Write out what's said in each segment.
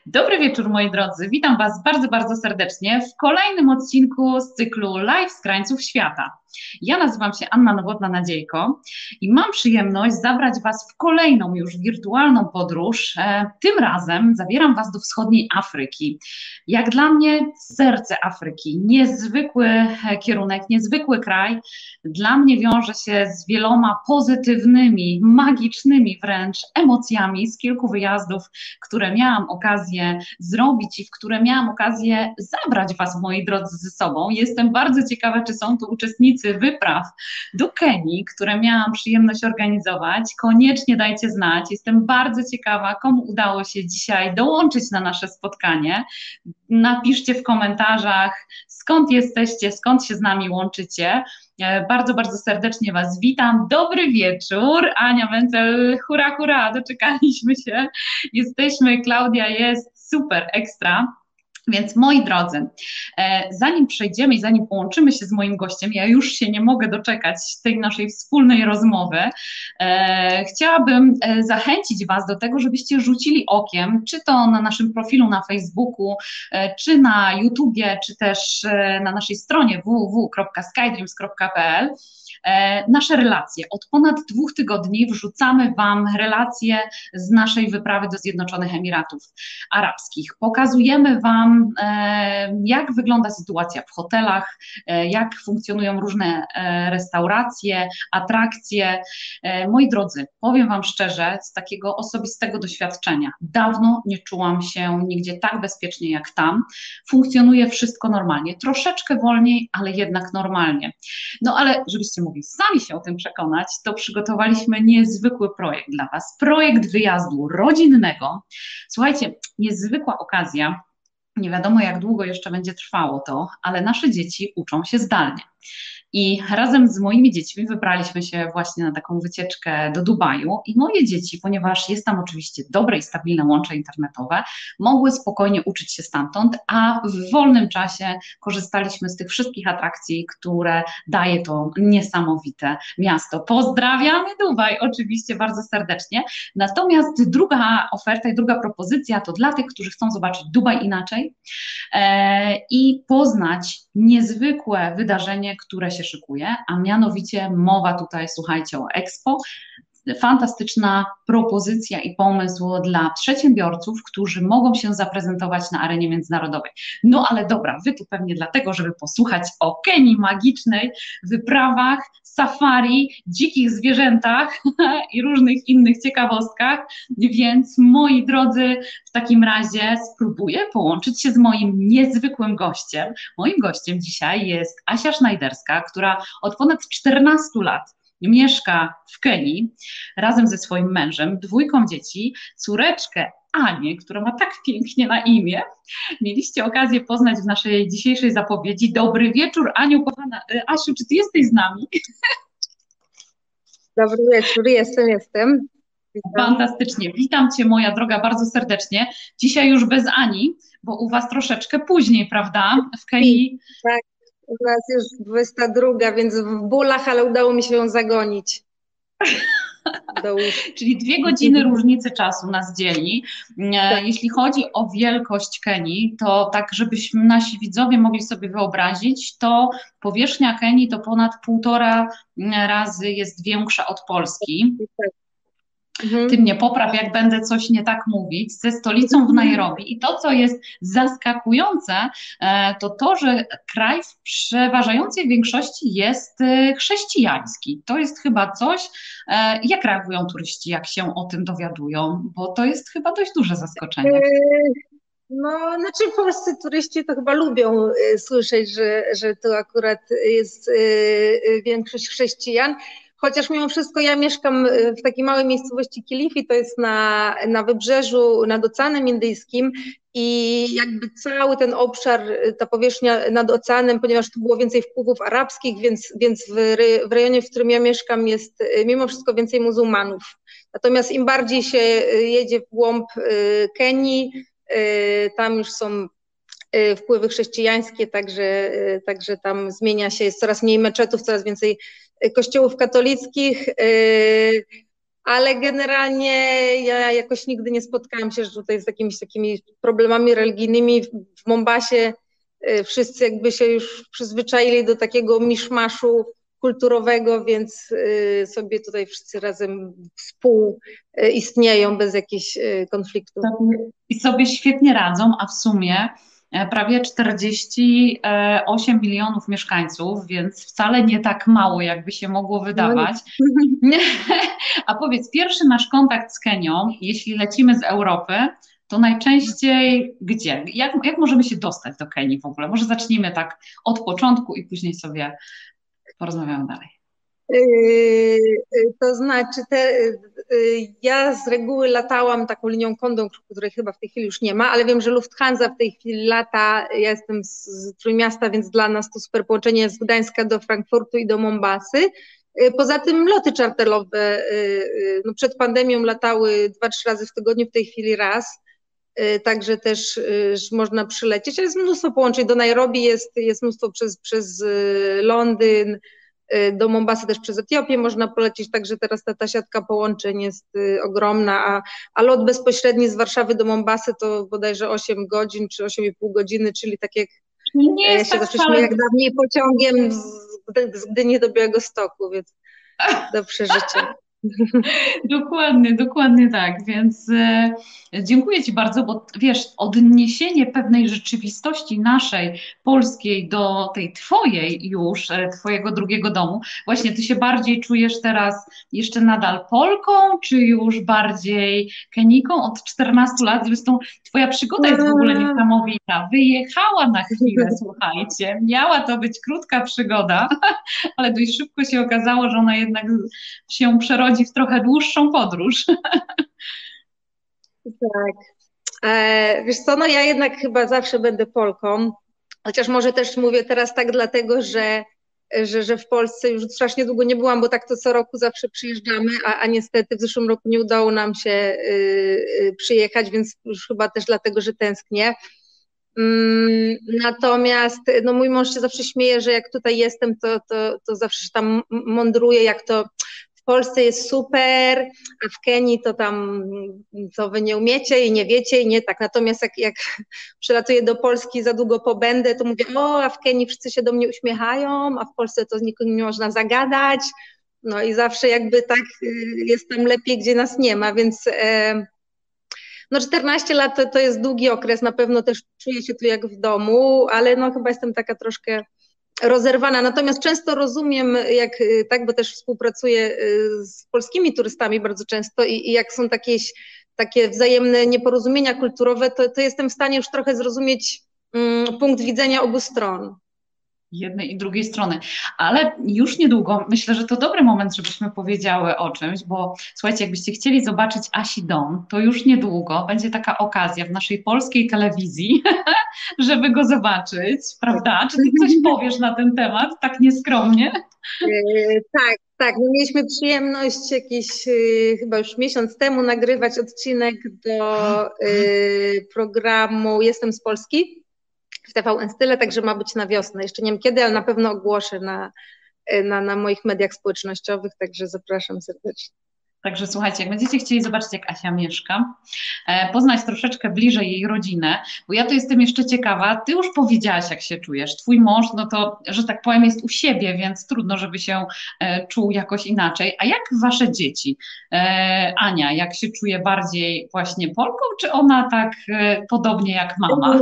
Dobry wieczór, moi drodzy. Witam Was bardzo, bardzo serdecznie w kolejnym odcinku z cyklu Live z krańców świata. Ja nazywam się Anna Nowotna-Nadziejko i mam przyjemność zabrać Was w kolejną już wirtualną podróż. Tym razem zabieram Was do wschodniej Afryki. Jak dla mnie serce Afryki, niezwykły kierunek, niezwykły kraj. Dla mnie wiąże się z wieloma pozytywnymi, magicznymi wręcz emocjami z kilku wyjazdów, które miałam okazję zrobić i w które miałam okazję zabrać Was, moi drodzy, ze sobą. Jestem bardzo ciekawa, czy są tu uczestnicy wypraw do Kenii, które miałam przyjemność organizować. Koniecznie dajcie znać. Jestem bardzo ciekawa, komu udało się dzisiaj dołączyć na nasze spotkanie. Napiszcie w komentarzach, skąd jesteście, skąd się z nami łączycie. Bardzo, bardzo serdecznie Was witam. Dobry wieczór. Ania Wencel, hurra, hurra, doczekaliśmy się. Jesteśmy, Klaudia jest, super, ekstra. Więc moi drodzy, zanim przejdziemy i zanim połączymy się z moim gościem, ja już się nie mogę doczekać tej naszej wspólnej rozmowy, chciałabym zachęcić Was do tego, żebyście rzucili okiem, czy to na naszym profilu na Facebooku, czy na YouTubie, czy też na naszej stronie www.skydreams.pl. Nasze relacje. Od ponad 2 tygodni wrzucamy Wam relacje z naszej wyprawy do Zjednoczonych Emiratów Arabskich. Pokazujemy Wam, jak wygląda sytuacja w hotelach, jak funkcjonują różne restauracje, atrakcje. Moi drodzy, powiem Wam szczerze, z takiego osobistego doświadczenia, dawno nie czułam się nigdzie tak bezpiecznie jak tam. Funkcjonuje wszystko normalnie, troszeczkę wolniej, ale jednak normalnie. No ale żebyście mogli sami się o tym przekonać, to przygotowaliśmy niezwykły projekt dla Was. Projekt wyjazdu rodzinnego. Słuchajcie, niezwykła okazja. Nie wiadomo, jak długo jeszcze będzie trwało to, ale nasze dzieci uczą się zdalnie. I razem z moimi dziećmi wybraliśmy się właśnie na taką wycieczkę do Dubaju i moje dzieci, ponieważ jest tam oczywiście dobre i stabilne łącze internetowe, mogły spokojnie uczyć się stamtąd, a w wolnym czasie korzystaliśmy z tych wszystkich atrakcji, które daje to niesamowite miasto. Pozdrawiamy Dubaj oczywiście bardzo serdecznie. Natomiast druga oferta i druga propozycja to dla tych, którzy chcą zobaczyć Dubaj inaczej i poznać niezwykłe wydarzenie, które się szykuje, a mianowicie mowa tutaj, słuchajcie, o Expo. Fantastyczna propozycja i pomysł dla przedsiębiorców, którzy mogą się zaprezentować na arenie międzynarodowej. No ale dobra, Wy tu pewnie dlatego, żeby posłuchać o Kenii magicznej, wyprawach, safari, dzikich zwierzętach i różnych innych ciekawostkach, więc moi drodzy, w takim razie spróbuję połączyć się z moim niezwykłym gościem. Moim gościem dzisiaj jest Asia Sznajderska, która od ponad 14 lat mieszka w Kenii razem ze swoim mężem, 2 dzieci, córeczkę Anię, która ma tak pięknie na imię. Mieliście okazję poznać w naszej dzisiejszej zapowiedzi. Dobry wieczór, Aniu, kochana. Asiu, czy Ty jesteś z nami? Dobry wieczór, jestem. Witam. Fantastycznie. Witam Cię, moja droga, bardzo serdecznie. Dzisiaj już bez Ani, bo u Was troszeczkę później, prawda? W Kenii. Tak, u nas już 22, więc w bólach, ale udało mi się ją zagonić. Czyli 2 godziny różnicy czasu nas dzieli. Tak. Jeśli chodzi o wielkość Kenii, to tak, żebyśmy nasi widzowie mogli sobie wyobrazić, to powierzchnia Kenii to ponad 1,5 razy jest większa od Polski. Ty mnie popraw, jak będę coś nie tak mówić, ze stolicą w Nairobi. I to, co jest zaskakujące, to to, że kraj w przeważającej większości jest chrześcijański. To jest chyba coś, jak reagują turyści, jak się o tym dowiadują, bo to jest chyba dość duże zaskoczenie. No, znaczy polscy turyści to chyba lubią słyszeć, że to akurat jest większość chrześcijan. Chociaż mimo wszystko ja mieszkam w takiej małej miejscowości Kilifi, to jest na wybrzeżu nad Oceanem Indyjskim i jakby cały ten obszar, ta powierzchnia nad oceanem, ponieważ tu było więcej wpływów arabskich, więc w rejonie, w którym ja mieszkam, jest mimo wszystko więcej muzułmanów. Natomiast im bardziej się jedzie w głąb Kenii, tam już są wpływy chrześcijańskie, także tam zmienia się, jest coraz mniej meczetów, coraz więcej kościołów katolickich, ale generalnie ja jakoś nigdy nie spotkałam się że tutaj z jakimiś takimi problemami religijnymi. W Mombasie wszyscy jakby się już przyzwyczaili do takiego miszmaszu kulturowego, więc sobie tutaj wszyscy razem współistnieją bez jakichś konfliktów. I sobie świetnie radzą, a w sumie prawie 48 milionów mieszkańców, więc wcale nie tak mało, jakby się mogło wydawać. A powiedz, pierwszy nasz kontakt z Kenią, jeśli lecimy z Europy, to najczęściej gdzie? Jak możemy się dostać do Kenii w ogóle? Może zacznijmy tak od początku i później sobie porozmawiamy dalej. To znaczy, ja z reguły latałam taką linią Condor, której chyba w tej chwili już nie ma, ale wiem, że Lufthansa w tej chwili lata, ja jestem z Trójmiasta, więc dla nas to super połączenie z Gdańska do Frankfurtu i do Mombasy. Poza tym loty czarterowe, no przed pandemią latały 2-3 razy w tygodniu, w tej chwili raz, także też można przylecieć. Jest mnóstwo połączeń, do Nairobi jest mnóstwo przez Londyn, do Mombasy też przez Etiopię można polecieć, także teraz ta siatka połączeń jest ogromna, a lot bezpośredni z Warszawy do Mombasy to bodajże 8 godzin czy 8,5 godziny, czyli tak jak nie jest się tak zawsze śmieję, jak dawniej pociągiem z Gdyni do Białegostoku, więc do przeżycia. Dokładnie tak, więc dziękuję Ci bardzo, bo wiesz, odniesienie pewnej rzeczywistości naszej, polskiej do tej Twojej już, Twojego drugiego domu, właśnie Ty się bardziej czujesz teraz jeszcze nadal Polką, czy już bardziej Keniką od 14 lat? Zresztą Twoja przygoda jest w ogóle niesamowita. Wyjechała na chwilę, słuchajcie, miała to być krótka przygoda, ale dość szybko się okazało, że ona jednak się przerodzi w trochę dłuższą podróż. Tak. Wiesz co, no ja jednak chyba zawsze będę Polką, chociaż może też mówię teraz tak dlatego, że w Polsce już strasznie długo nie byłam, bo tak to co roku zawsze przyjeżdżamy, a niestety w zeszłym roku nie udało nam się przyjechać, więc już chyba też dlatego, że tęsknię. Natomiast no mój mąż się zawsze śmieje, że jak tutaj jestem, to zawsze się tam mądruję, jak to w Polsce jest super, a w Kenii to tam co wy nie umiecie i nie wiecie i nie tak. Natomiast jak przylatuję do Polski, za długo pobędę, to mówię, o, a w Kenii wszyscy się do mnie uśmiechają, a w Polsce to z nikim nie można zagadać. No i zawsze jakby tak jest tam lepiej, gdzie nas nie ma, więc no 14 lat to jest długi okres, na pewno też czuję się tu jak w domu, ale no chyba jestem taka troszkę rozerwana. Natomiast często rozumiem, jak tak, bo też współpracuję z polskimi turystami bardzo często i jak są takie wzajemne nieporozumienia kulturowe, to jestem w stanie już trochę zrozumieć punkt widzenia obu stron. Jednej i drugiej strony. Ale już niedługo, myślę, że to dobry moment, żebyśmy powiedziały o czymś, bo słuchajcie, jakbyście chcieli zobaczyć Asi dom, to już niedługo będzie taka okazja w naszej polskiej telewizji, żeby go zobaczyć, prawda? Czy ty coś powiesz na ten temat, tak nieskromnie? Tak. No mieliśmy przyjemność jakiś chyba już miesiąc temu nagrywać odcinek do programu Jestem z Polski w TVN Style, także ma być na wiosnę. Jeszcze nie wiem kiedy, ale na pewno ogłoszę na moich mediach społecznościowych, także zapraszam serdecznie. Także słuchajcie, jak będziecie chcieli zobaczyć, jak Asia mieszka, poznać troszeczkę bliżej jej rodzinę, bo ja to jestem jeszcze ciekawa, ty już powiedziałaś, jak się czujesz. Twój mąż, no to, że tak powiem, jest u siebie, więc trudno, żeby się czuł jakoś inaczej. A jak wasze dzieci? Ania, jak się czuje bardziej właśnie Polką, czy ona tak podobnie jak mama?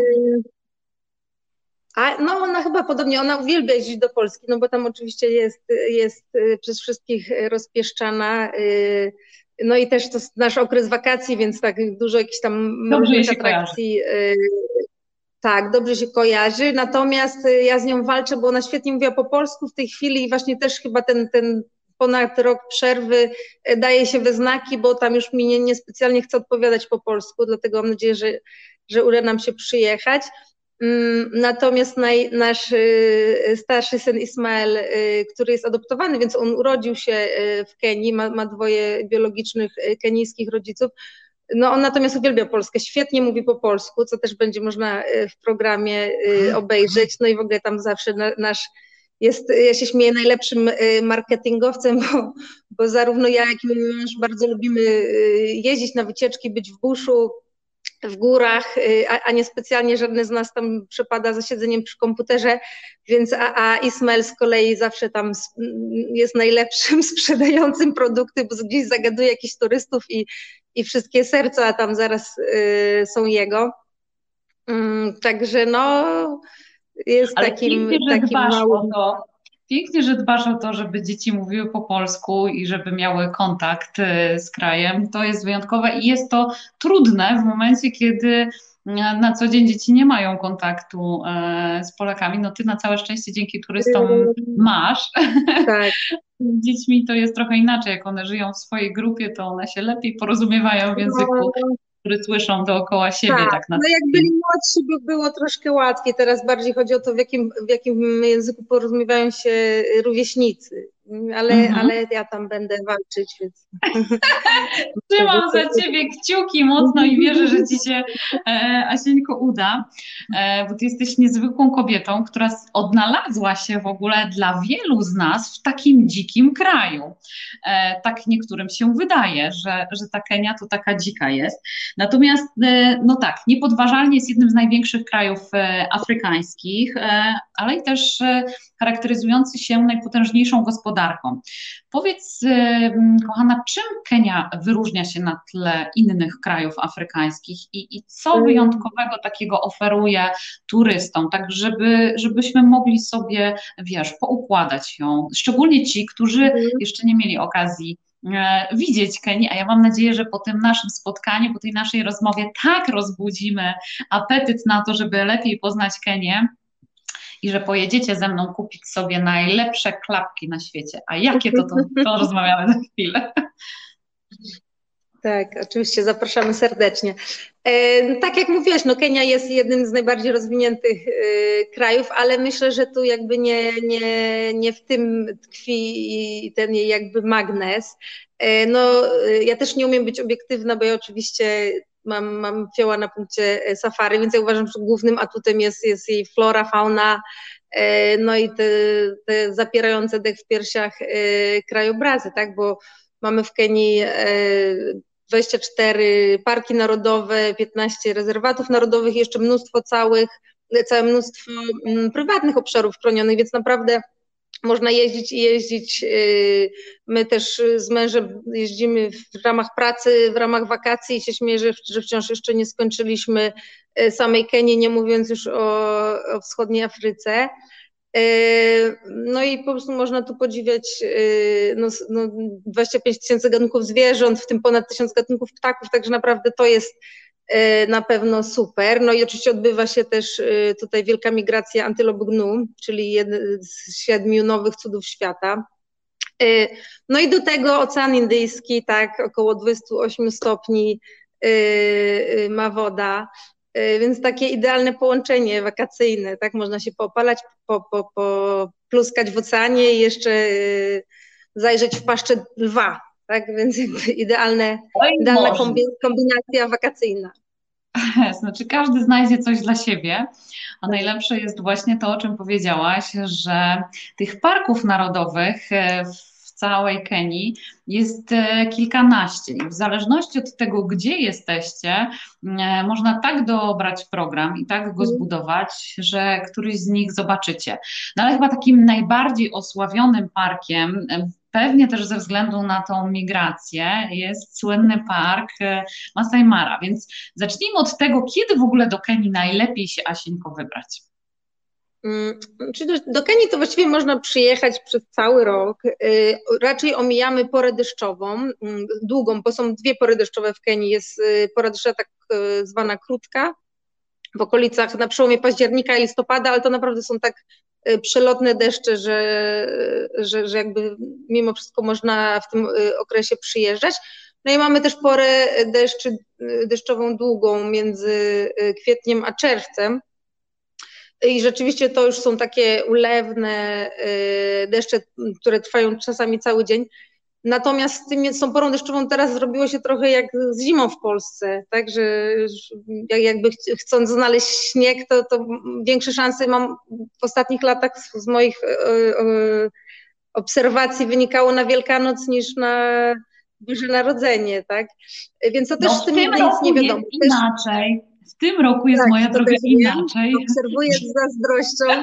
No ona chyba podobnie, ona uwielbia jeździć do Polski, no bo tam oczywiście jest przez wszystkich rozpieszczana, no i też to jest nasz okres wakacji, więc tak dużo jakichś tam różnych atrakcji. Tak, dobrze się kojarzy, natomiast ja z nią walczę, bo ona świetnie mówiła po polsku w tej chwili i właśnie też chyba ten ponad rok przerwy daje się we znaki, bo tam już mi niespecjalnie chce odpowiadać po polsku, dlatego mam nadzieję, że uda nam się przyjechać. Natomiast nasz starszy syn Ismael, który jest adoptowany, więc on urodził się w Kenii, ma 2 biologicznych kenijskich rodziców. No on natomiast uwielbia Polskę, świetnie mówi po polsku, co też będzie można w programie obejrzeć. No i w ogóle tam zawsze nasz ja się śmieję, najlepszym marketingowcem, bo zarówno ja, jak i mój mąż bardzo lubimy jeździć na wycieczki, być w buszu, w górach, a nie specjalnie żadne z nas tam przepada za siedzeniem przy komputerze, więc a Ismael z kolei zawsze tam jest najlepszym sprzedającym produkty, bo gdzieś zagaduje jakichś turystów i wszystkie serca tam zaraz są jego. Także no jest Ale takim dbasz o małym. to, pięknie, że dbasz o to, żeby dzieci mówiły po polsku i żeby miały kontakt z krajem. To jest wyjątkowe i jest to trudne w momencie, kiedy na co dzień dzieci nie mają kontaktu z Polakami. No ty na całe szczęście dzięki turystom masz. Tak. Z dziećmi to jest trochę inaczej. Jak one żyją w swojej grupie, to one się lepiej porozumiewają w języku, który słyszą dookoła siebie. Tak, Tak na no jak byli młodsi, było troszkę łatwiej. Teraz bardziej chodzi o to, w jakim języku porozumiewają się rówieśnicy. Ale ja tam będę walczyć, więc. Trzymam za ciebie kciuki mocno i wierzę, że ci się, Asieńko, uda, bo ty jesteś niezwykłą kobietą, która odnalazła się w ogóle dla wielu z nas w takim dzikim kraju. Tak niektórym się wydaje, że ta Kenia to taka dzika jest. Natomiast, no tak, niepodważalnie jest jednym z największych krajów afrykańskich, ale i też charakteryzujący się najpotężniejszą gospodarką. Powiedz, kochana, czym Kenia wyróżnia się na tle innych krajów afrykańskich i co wyjątkowego takiego oferuje turystom, tak żebyśmy mogli sobie, wiesz, poukładać ją, szczególnie ci, którzy jeszcze nie mieli okazji widzieć Kenię, a ja mam nadzieję, że po tym naszym spotkaniu, po tej naszej rozmowie tak rozbudzimy apetyt na to, żeby lepiej poznać Kenię, i że pojedziecie ze mną kupić sobie najlepsze klapki na świecie. A jakie to rozmawiamy za chwilę. Tak, oczywiście zapraszamy serdecznie. Tak jak mówiłaś, no Kenia jest jednym z najbardziej rozwiniętych krajów, ale myślę, że tu jakby nie w tym tkwi ten jej jakby magnes. No ja też nie umiem być obiektywna, bo ja oczywiście mam fioła na punkcie safari, więc ja uważam, że głównym atutem jest jej flora, fauna, no i te zapierające dech w piersiach krajobrazy, tak, bo mamy w Kenii 24 parki narodowe, 15 rezerwatów narodowych, jeszcze całe mnóstwo prywatnych obszarów chronionych, więc naprawdę można jeździć i jeździć. My też z mężem jeździmy w ramach pracy, w ramach wakacji i się śmieję, że wciąż jeszcze nie skończyliśmy samej Kenii, nie mówiąc już o wschodniej Afryce. No i po prostu można tu podziwiać 25 000 gatunków zwierząt, w tym ponad 1000 gatunków ptaków, także naprawdę to jest na pewno super. No i oczywiście odbywa się też tutaj wielka migracja antylop gnu, czyli jeden z 7 nowych cudów świata. No i do tego Ocean Indyjski, tak, około 28 stopni ma woda. Więc takie idealne połączenie wakacyjne, tak? Można się poopalać, pluskać w oceanie i jeszcze zajrzeć w paszczę lwa, tak? Więc jakby idealna kombinacja wakacyjna. Znaczy każdy znajdzie coś dla siebie, a najlepsze jest właśnie to, o czym powiedziałaś, że tych parków narodowych w całej Kenii jest kilkanaście i w zależności od tego, gdzie jesteście, można tak dobrać program i tak go zbudować, że któryś z nich zobaczycie. No ale chyba takim najbardziej osławionym parkiem, pewnie też ze względu na tą migrację, jest słynny park Masai Mara, więc zacznijmy od tego, kiedy w ogóle do Kenii najlepiej się, Asieńko, wybrać. Do Kenii to właściwie można przyjechać przez cały rok. Raczej omijamy porę deszczową, długą, bo są dwie pory deszczowe w Kenii. Jest pora deszczowa tak zwana krótka, w okolicach na przełomie października i listopada, ale to naprawdę są tak przelotne deszcze, że jakby mimo wszystko można w tym okresie przyjeżdżać. No i mamy też porę deszczową długą między kwietniem a czerwcem. I rzeczywiście to już są takie ulewne deszcze, które trwają czasami cały dzień. Natomiast z tą porą deszczową teraz zrobiło się trochę jak z zimą w Polsce, tak, że jakby chcąc znaleźć śnieg, to większe szanse mam w ostatnich latach z moich obserwacji wynikało na Wielkanoc niż na Boże Narodzenie, tak? Więc to też No z w tym tym nigdy nic nie roku wiadomo. jest inaczej. W tym roku jest, Tak, moja to droga, też wiem, inaczej. obserwuję z zazdrością.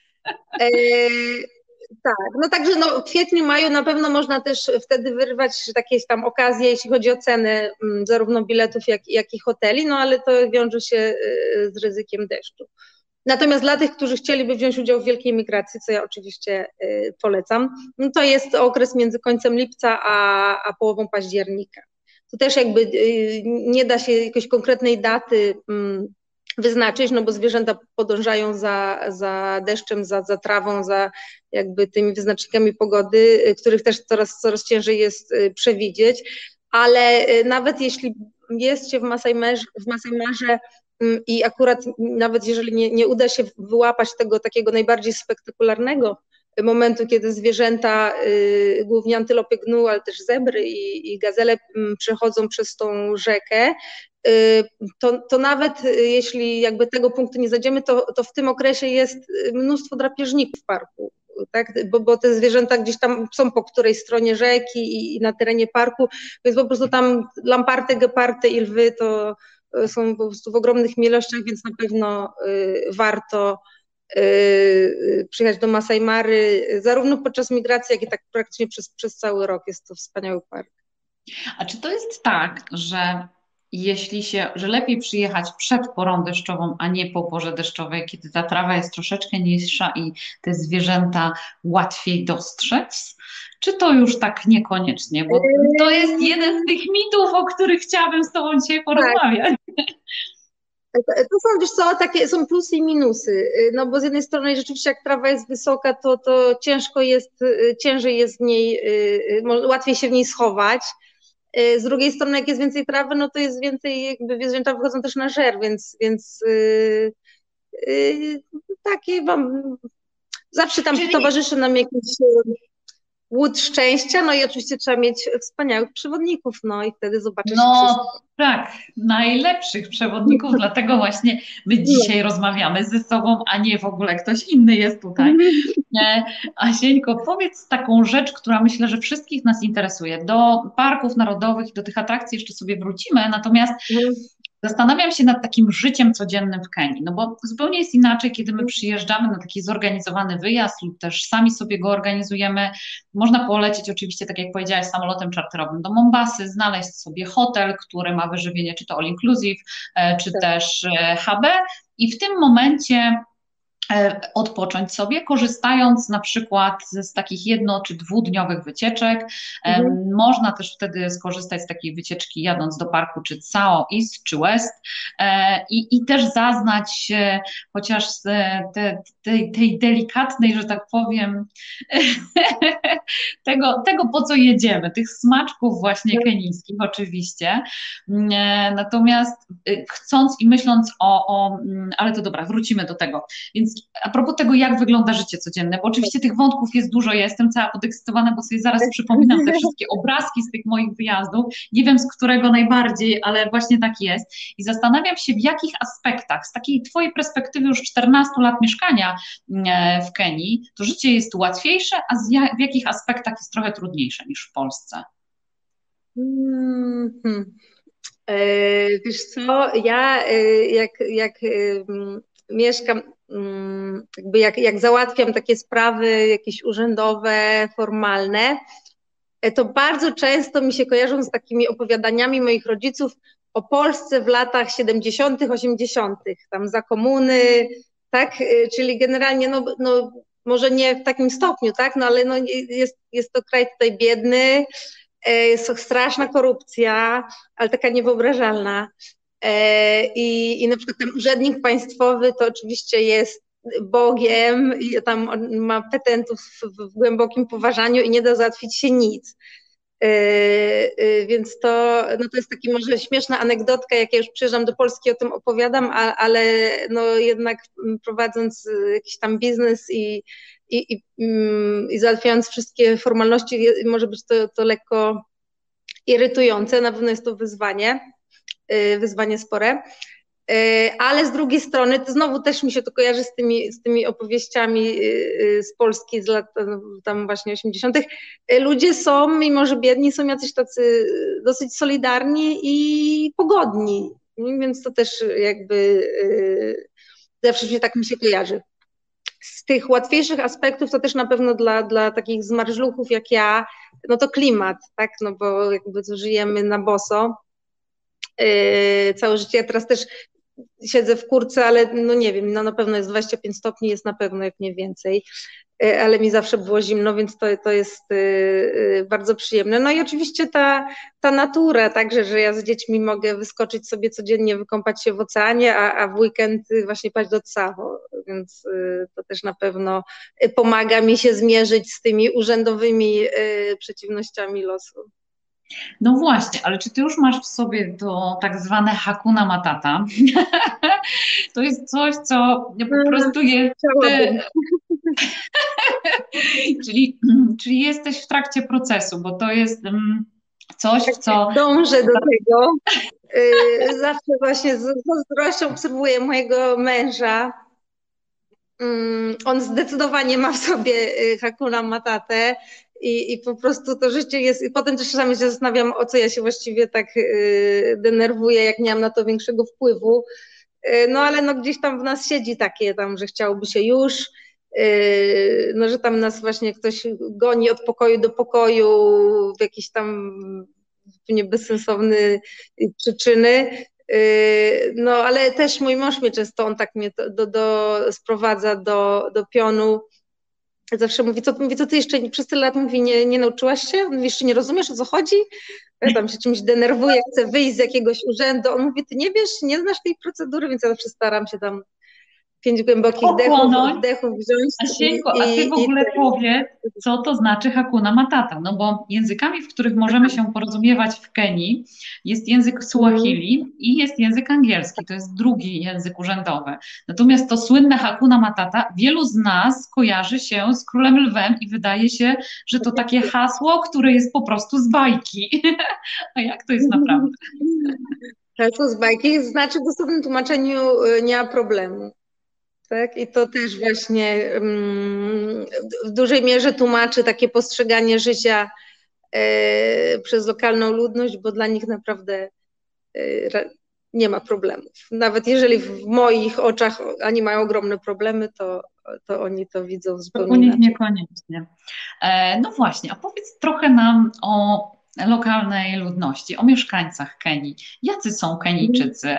Tak, no także w kwietniu, maju na pewno można też wtedy wyrwać jakieś tam okazje, jeśli chodzi o ceny zarówno biletów, jak i hoteli, no ale to wiąże się z ryzykiem deszczu. Natomiast dla tych, którzy chcieliby wziąć udział w wielkiej migracji, co ja oczywiście polecam, no to jest okres między końcem lipca a połową października. Tu też jakby nie da się jakiejś konkretnej daty wyznaczyć, no bo zwierzęta podążają za deszczem, za trawą, za jakby tymi wyznacznikami pogody, których też coraz ciężej jest przewidzieć, ale nawet jeśli jest się w Masai Marze i akurat nawet jeżeli nie uda się wyłapać tego takiego najbardziej spektakularnego momentu, kiedy zwierzęta, głównie antylopy gnu, ale też zebry i gazele przechodzą przez tą rzekę, to nawet jeśli jakby tego punktu nie zajdziemy, to w tym okresie jest mnóstwo drapieżników w parku, tak? Bo te zwierzęta gdzieś tam są po której stronie rzeki i na terenie parku, więc po prostu tam lamparty, gepardy i lwy to są po prostu w ogromnych ilościach, więc na pewno warto przyjechać do Masai Mary, zarówno podczas migracji, jak i tak praktycznie przez cały rok. Jest to wspaniały park. A czy to jest tak, że że lepiej przyjechać przed porą deszczową, a nie po porze deszczowej, kiedy ta trawa jest troszeczkę niższa i te zwierzęta łatwiej dostrzec? Czy to już tak niekoniecznie? Bo to jest jeden z tych mitów, o których chciałabym z Tobą dzisiaj porozmawiać. To są, wiesz co, takie są plusy i minusy, no bo z jednej strony rzeczywiście jak trawa jest wysoka, to ciężej jest w niej, łatwiej się w niej schować. Z drugiej strony jak jest więcej trawy, no to jest więcej, jakby zwierzęta wychodzą też na żer, więc takie zawsze tam towarzyszy nam jakiś łód szczęścia, no i oczywiście trzeba mieć wspaniałych przewodników, no i wtedy zobaczysz wszystko. Tak, najlepszych przewodników, dlatego właśnie my dzisiaj rozmawiamy ze sobą, a nie w ogóle ktoś inny jest tutaj. Asieńko, powiedz taką rzecz, która myślę, że wszystkich nas interesuje. Do parków narodowych i do tych atrakcji jeszcze sobie wrócimy, natomiast zastanawiam się nad takim życiem codziennym w Kenii, no bo zupełnie jest inaczej, kiedy my przyjeżdżamy na taki zorganizowany wyjazd lub też sami sobie go organizujemy. Można polecieć oczywiście, tak jak powiedziałaś, samolotem czarterowym do Mombasy, znaleźć sobie hotel, który ma wyżywienie, czy to all inclusive, czy też HB i w tym momencie odpocząć sobie, korzystając na przykład z takich 1- czy 2-dniowych wycieczek. Można też wtedy skorzystać z takiej wycieczki jadąc do parku czy Tsao East czy West i też zaznać chociaż tej delikatnej, że tak powiem, tego po co jedziemy, tych smaczków właśnie kenijskich oczywiście. Natomiast chcąc i myśląc ale to dobra, wrócimy do tego. Więc a propos tego, jak wygląda życie codzienne, bo oczywiście tych wątków jest dużo, ja jestem cała podekscytowana, bo sobie zaraz przypominam te wszystkie obrazki z tych moich wyjazdów, nie wiem z którego najbardziej, ale właśnie tak jest i zastanawiam się, w jakich aspektach, z takiej Twojej perspektywy już 14 lat mieszkania w Kenii, to życie jest łatwiejsze, a w jakich aspektach jest trochę trudniejsze niż w Polsce? Wiesz co, ja jak mieszkam, jakby jak załatwiam takie sprawy jakieś urzędowe, formalne, to bardzo często mi się kojarzą z takimi opowiadaniami moich rodziców o Polsce w latach 70., 80., tam za komuny, tak, czyli generalnie, no może nie w takim stopniu, tak, no ale no jest to kraj tutaj biedny, jest straszna korupcja, ale taka niewyobrażalna. I na przykład ten urzędnik państwowy to oczywiście jest Bogiem i tam on ma petentów w głębokim poważaniu i nie da załatwić się nic. Więc to jest taki może śmieszna anegdotka, jak ja już przyjeżdżam do Polski, o tym opowiadam, ale no jednak prowadząc jakiś tam biznes i załatwiając wszystkie formalności, może być to lekko irytujące, na pewno jest to wyzwanie spore. Ale z drugiej strony, to znowu też mi się to kojarzy z tymi opowieściami z Polski z lat tam właśnie 80. Ludzie są, mimo że biedni, są jacyś tacy dosyć solidarni i pogodni, więc to też jakby zawsze tak mi się kojarzy. Z tych łatwiejszych aspektów to też na pewno dla takich zmarzluchów jak ja, no to klimat, tak, no bo jakby żyjemy na boso całe życie. Ja teraz też siedzę w kurce, ale no nie wiem, no na pewno jest 25 stopni, jest na pewno, jak nie więcej, ale mi zawsze było zimno, więc to jest bardzo przyjemne. No i oczywiście ta natura, także, że ja z dziećmi mogę wyskoczyć sobie codziennie, wykąpać się w oceanie, a w weekend właśnie paść do Tsavo, więc to też na pewno pomaga mi się zmierzyć z tymi urzędowymi przeciwnościami losu. No właśnie, ale czy ty już masz w sobie to tak zwane Hakuna Matata? To jest coś, co po prostu jest... czyli jesteś w trakcie procesu, bo to jest coś, w co... Dążę do tego. Zawsze właśnie z zazdrością obserwuję mojego męża. On zdecydowanie ma w sobie Hakuna Matatę i po prostu to życie jest... I potem też czasami się zastanawiam, o co ja się właściwie tak denerwuję, jak nie mam na to większego wpływu. No ale no gdzieś tam w nas siedzi takie tam, że chciałoby się już, no że tam nas właśnie ktoś goni od pokoju do pokoju w jakieś tam bezsensowne przyczyny. No ale też mój mąż mnie często, on tak mnie sprowadza do pionu. Zawsze mówi, co ty jeszcze przez tyle lat mówi, nie nauczyłaś się? Mówi, jeszcze nie rozumiesz, o co chodzi? Ja tam się czymś denerwuję, chcę wyjść z jakiegoś urzędu. On mówi, ty nie wiesz, nie znasz tej procedury, więc ja zawsze staram się tam 5 głębokich oddechów wziąć. Asieńko, a ty w ogóle powiedz, co to znaczy Hakuna Matata, no bo językami, w których możemy się porozumiewać w Kenii, jest język Suahili i jest język angielski, to jest drugi język urzędowy. Natomiast to słynne Hakuna Matata wielu z nas kojarzy się z Królem Lwem i wydaje się, że to takie hasło, które jest po prostu z bajki. A jak to jest naprawdę? Hasło z bajki znaczy w dosłownym tłumaczeniu nie ma problemu. Tak? I to też właśnie w dużej mierze tłumaczy takie postrzeganie życia przez lokalną ludność, bo dla nich naprawdę nie ma problemów. Nawet jeżeli w moich oczach oni mają ogromne problemy, to oni to widzą zupełnie inaczej. U nich inaczej. Niekoniecznie. No właśnie, a powiedz trochę nam o lokalnej ludności, o mieszkańcach Kenii. Jacy są Kenijczycy?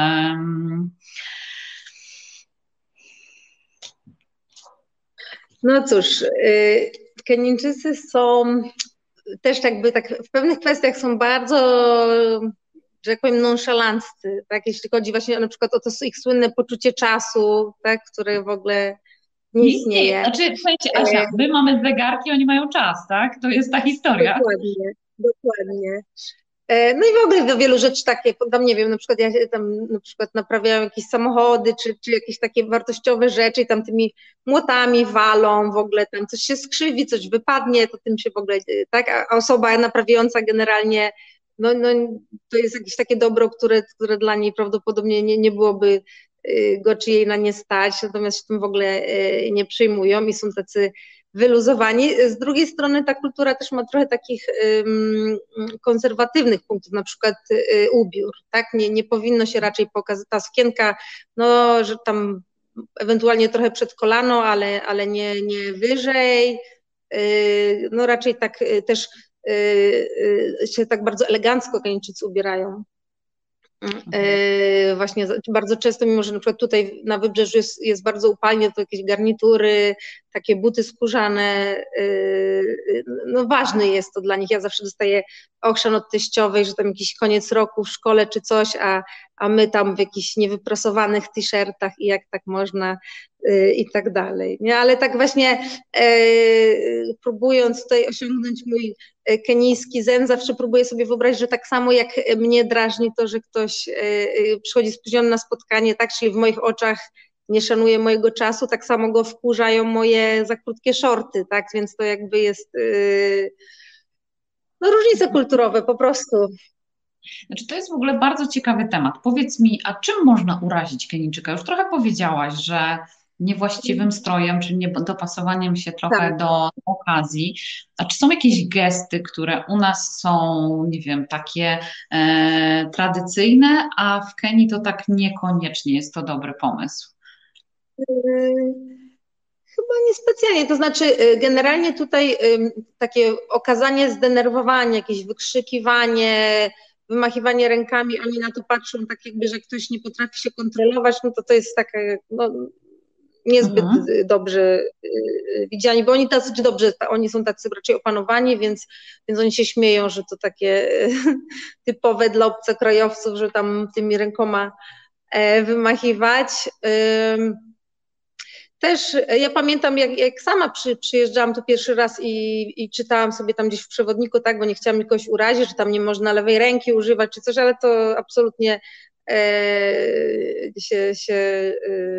No cóż, Kenijczycy są też jakby tak w pewnych kwestiach są bardzo, że jak powiem, nonszalanccy, tak, jeśli chodzi właśnie na przykład o to ich słynne poczucie czasu, tak, które w ogóle nie istnieje. Znaczy, słuchajcie, Asia, my mamy zegarki, oni mają czas, tak? To jest ta historia. Dokładnie. No i w ogóle do wielu rzeczy takie, tam nie wiem, na przykład ja tam na przykład naprawiałam jakieś samochody, czy jakieś takie wartościowe rzeczy i tam tymi młotami walą, w ogóle tam coś się skrzywi, coś wypadnie, to tym się w ogóle, tak, a osoba naprawiająca generalnie, no to jest jakieś takie dobro, które dla niej prawdopodobnie nie byłoby go czy jej na nie stać, natomiast się tym w ogóle nie przejmują i są tacy wyluzowani. Z drugiej strony ta kultura też ma trochę takich konserwatywnych punktów, na przykład ubiór, tak? Nie powinno się raczej pokazać, ta sukienka, no, że tam ewentualnie trochę przed kolano, ale nie wyżej, no raczej tak też się tak bardzo elegancko Kenijczycy ubierają. Właśnie bardzo często, mimo że na przykład tutaj na Wybrzeżu jest bardzo upalnie, to jakieś garnitury, takie buty skórzane, no ważne jest to dla nich. Ja zawsze dostaję ochrzan od teściowej, że tam jakiś koniec roku w szkole czy coś, a my tam w jakichś niewyprasowanych t-shirtach i jak tak można i tak dalej. Nie? Ale tak właśnie próbując tutaj osiągnąć mój kenijski zen, zawsze próbuję sobie wyobrazić, że tak samo jak mnie drażni to, że ktoś przychodzi spóźniony na spotkanie, tak, czyli w moich oczach nie szanuje mojego czasu, tak samo go wkurzają moje za krótkie shorty, tak, więc to jakby jest no, różnice kulturowe po prostu. Znaczy, to jest w ogóle bardzo ciekawy temat. Powiedz mi, a czym można urazić Kenijczyka? Już trochę powiedziałaś, że niewłaściwym strojem, czy niedopasowaniem się Tak. trochę do okazji. A czy są jakieś gesty, które u nas są, nie wiem, takie tradycyjne, a w Kenii to tak niekoniecznie jest to dobry pomysł? Chyba niespecjalnie, to znaczy generalnie tutaj takie okazanie zdenerwowania, jakieś wykrzykiwanie, wymachiwanie rękami, oni na to patrzą tak jakby, że ktoś nie potrafi się kontrolować, no to jest takie no, niezbyt dobrze widziani, bo oni tacy, czy dobrze, oni są tacy raczej opanowani, więc oni się śmieją, że to takie typowe dla obcokrajowców, że tam tymi rękoma wymachiwać. Też ja pamiętam, jak sama przyjeżdżałam tu pierwszy raz i czytałam sobie tam gdzieś w przewodniku, tak, bo nie chciałam nikogoś urazić, że tam nie można lewej ręki używać czy coś, ale to absolutnie się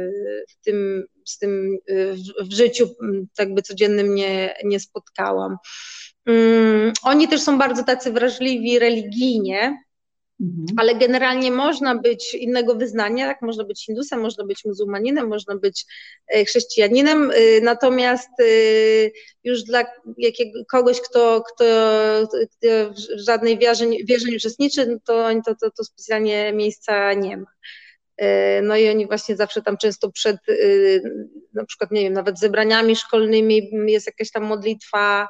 w życiu jakby codziennym nie spotkałam. Oni też są bardzo tacy wrażliwi religijnie, ale generalnie można być innego wyznania, tak? Można być Hindusem, można być muzułmaninem, można być chrześcijaninem, natomiast już dla kogoś, kto w żadnej wierze nie uczestniczy, to specjalnie miejsca nie ma. No i oni właśnie zawsze tam często przed, na przykład, nie wiem, nawet zebraniami szkolnymi jest jakaś tam modlitwa,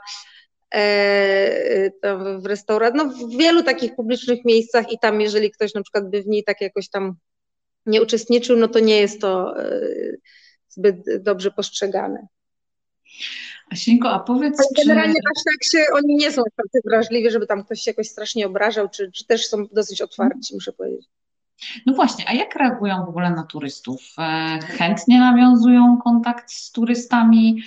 w restauracji, no w wielu takich publicznych miejscach i tam jeżeli ktoś na przykład by w niej tak jakoś tam nie uczestniczył, no to nie jest to zbyt dobrze postrzegane. Asinko, a powiedz, ale generalnie aż tak się, oni nie są tacy wrażliwi, żeby tam ktoś się jakoś strasznie obrażał, czy też są dosyć otwarci, muszę powiedzieć. No właśnie, a jak reagują w ogóle na turystów? Chętnie nawiązują kontakt z turystami?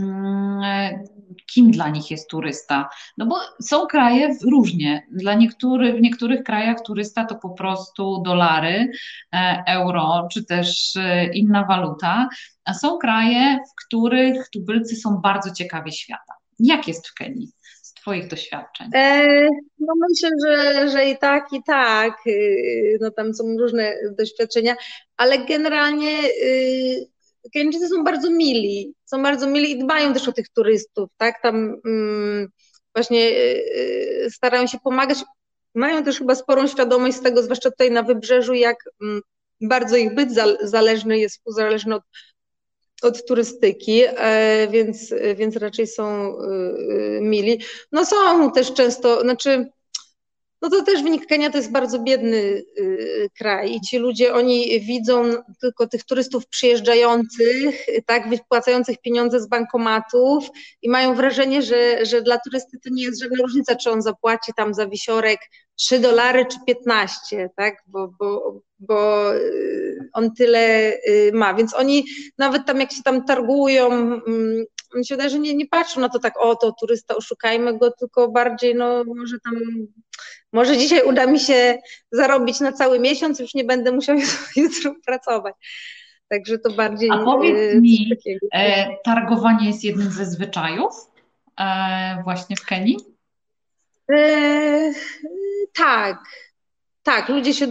Kim dla nich jest turysta? No bo są kraje różnie. W niektórych krajach turysta to po prostu dolary, euro, czy też inna waluta, a są kraje, w których tubylcy są bardzo ciekawi świata. Jak jest w Kenii z Twoich doświadczeń? No myślę, że i tak, i tak. No tam są różne doświadczenia, ale generalnie Kenijczycy są bardzo mili i dbają też o tych turystów, tak? Tam właśnie starają się pomagać. Mają też chyba sporą świadomość z tego, zwłaszcza tutaj na wybrzeżu, jak bardzo ich byt zależny jest, uzależniony od turystyki, więc raczej są mili. No są też często, znaczy, no to też wynik Kenia to jest bardzo biedny kraj i ci ludzie, oni widzą tylko tych turystów przyjeżdżających, tak, wypłacających pieniądze z bankomatów i mają wrażenie, że dla turysty to nie jest żadna różnica, czy on zapłaci tam za wisiorek $3 czy 15, tak, bo on tyle ma, więc oni nawet tam jak się tam targują, mi się wydaje, że nie patrzą na to tak, o to turysta, oszukajmy go, tylko bardziej no może dzisiaj uda mi się zarobić na cały miesiąc, już nie będę musiał jutro pracować. Także to bardziej. A powiedz mi, targowanie jest jednym ze zwyczajów właśnie w Kenii? Tak, ludzie się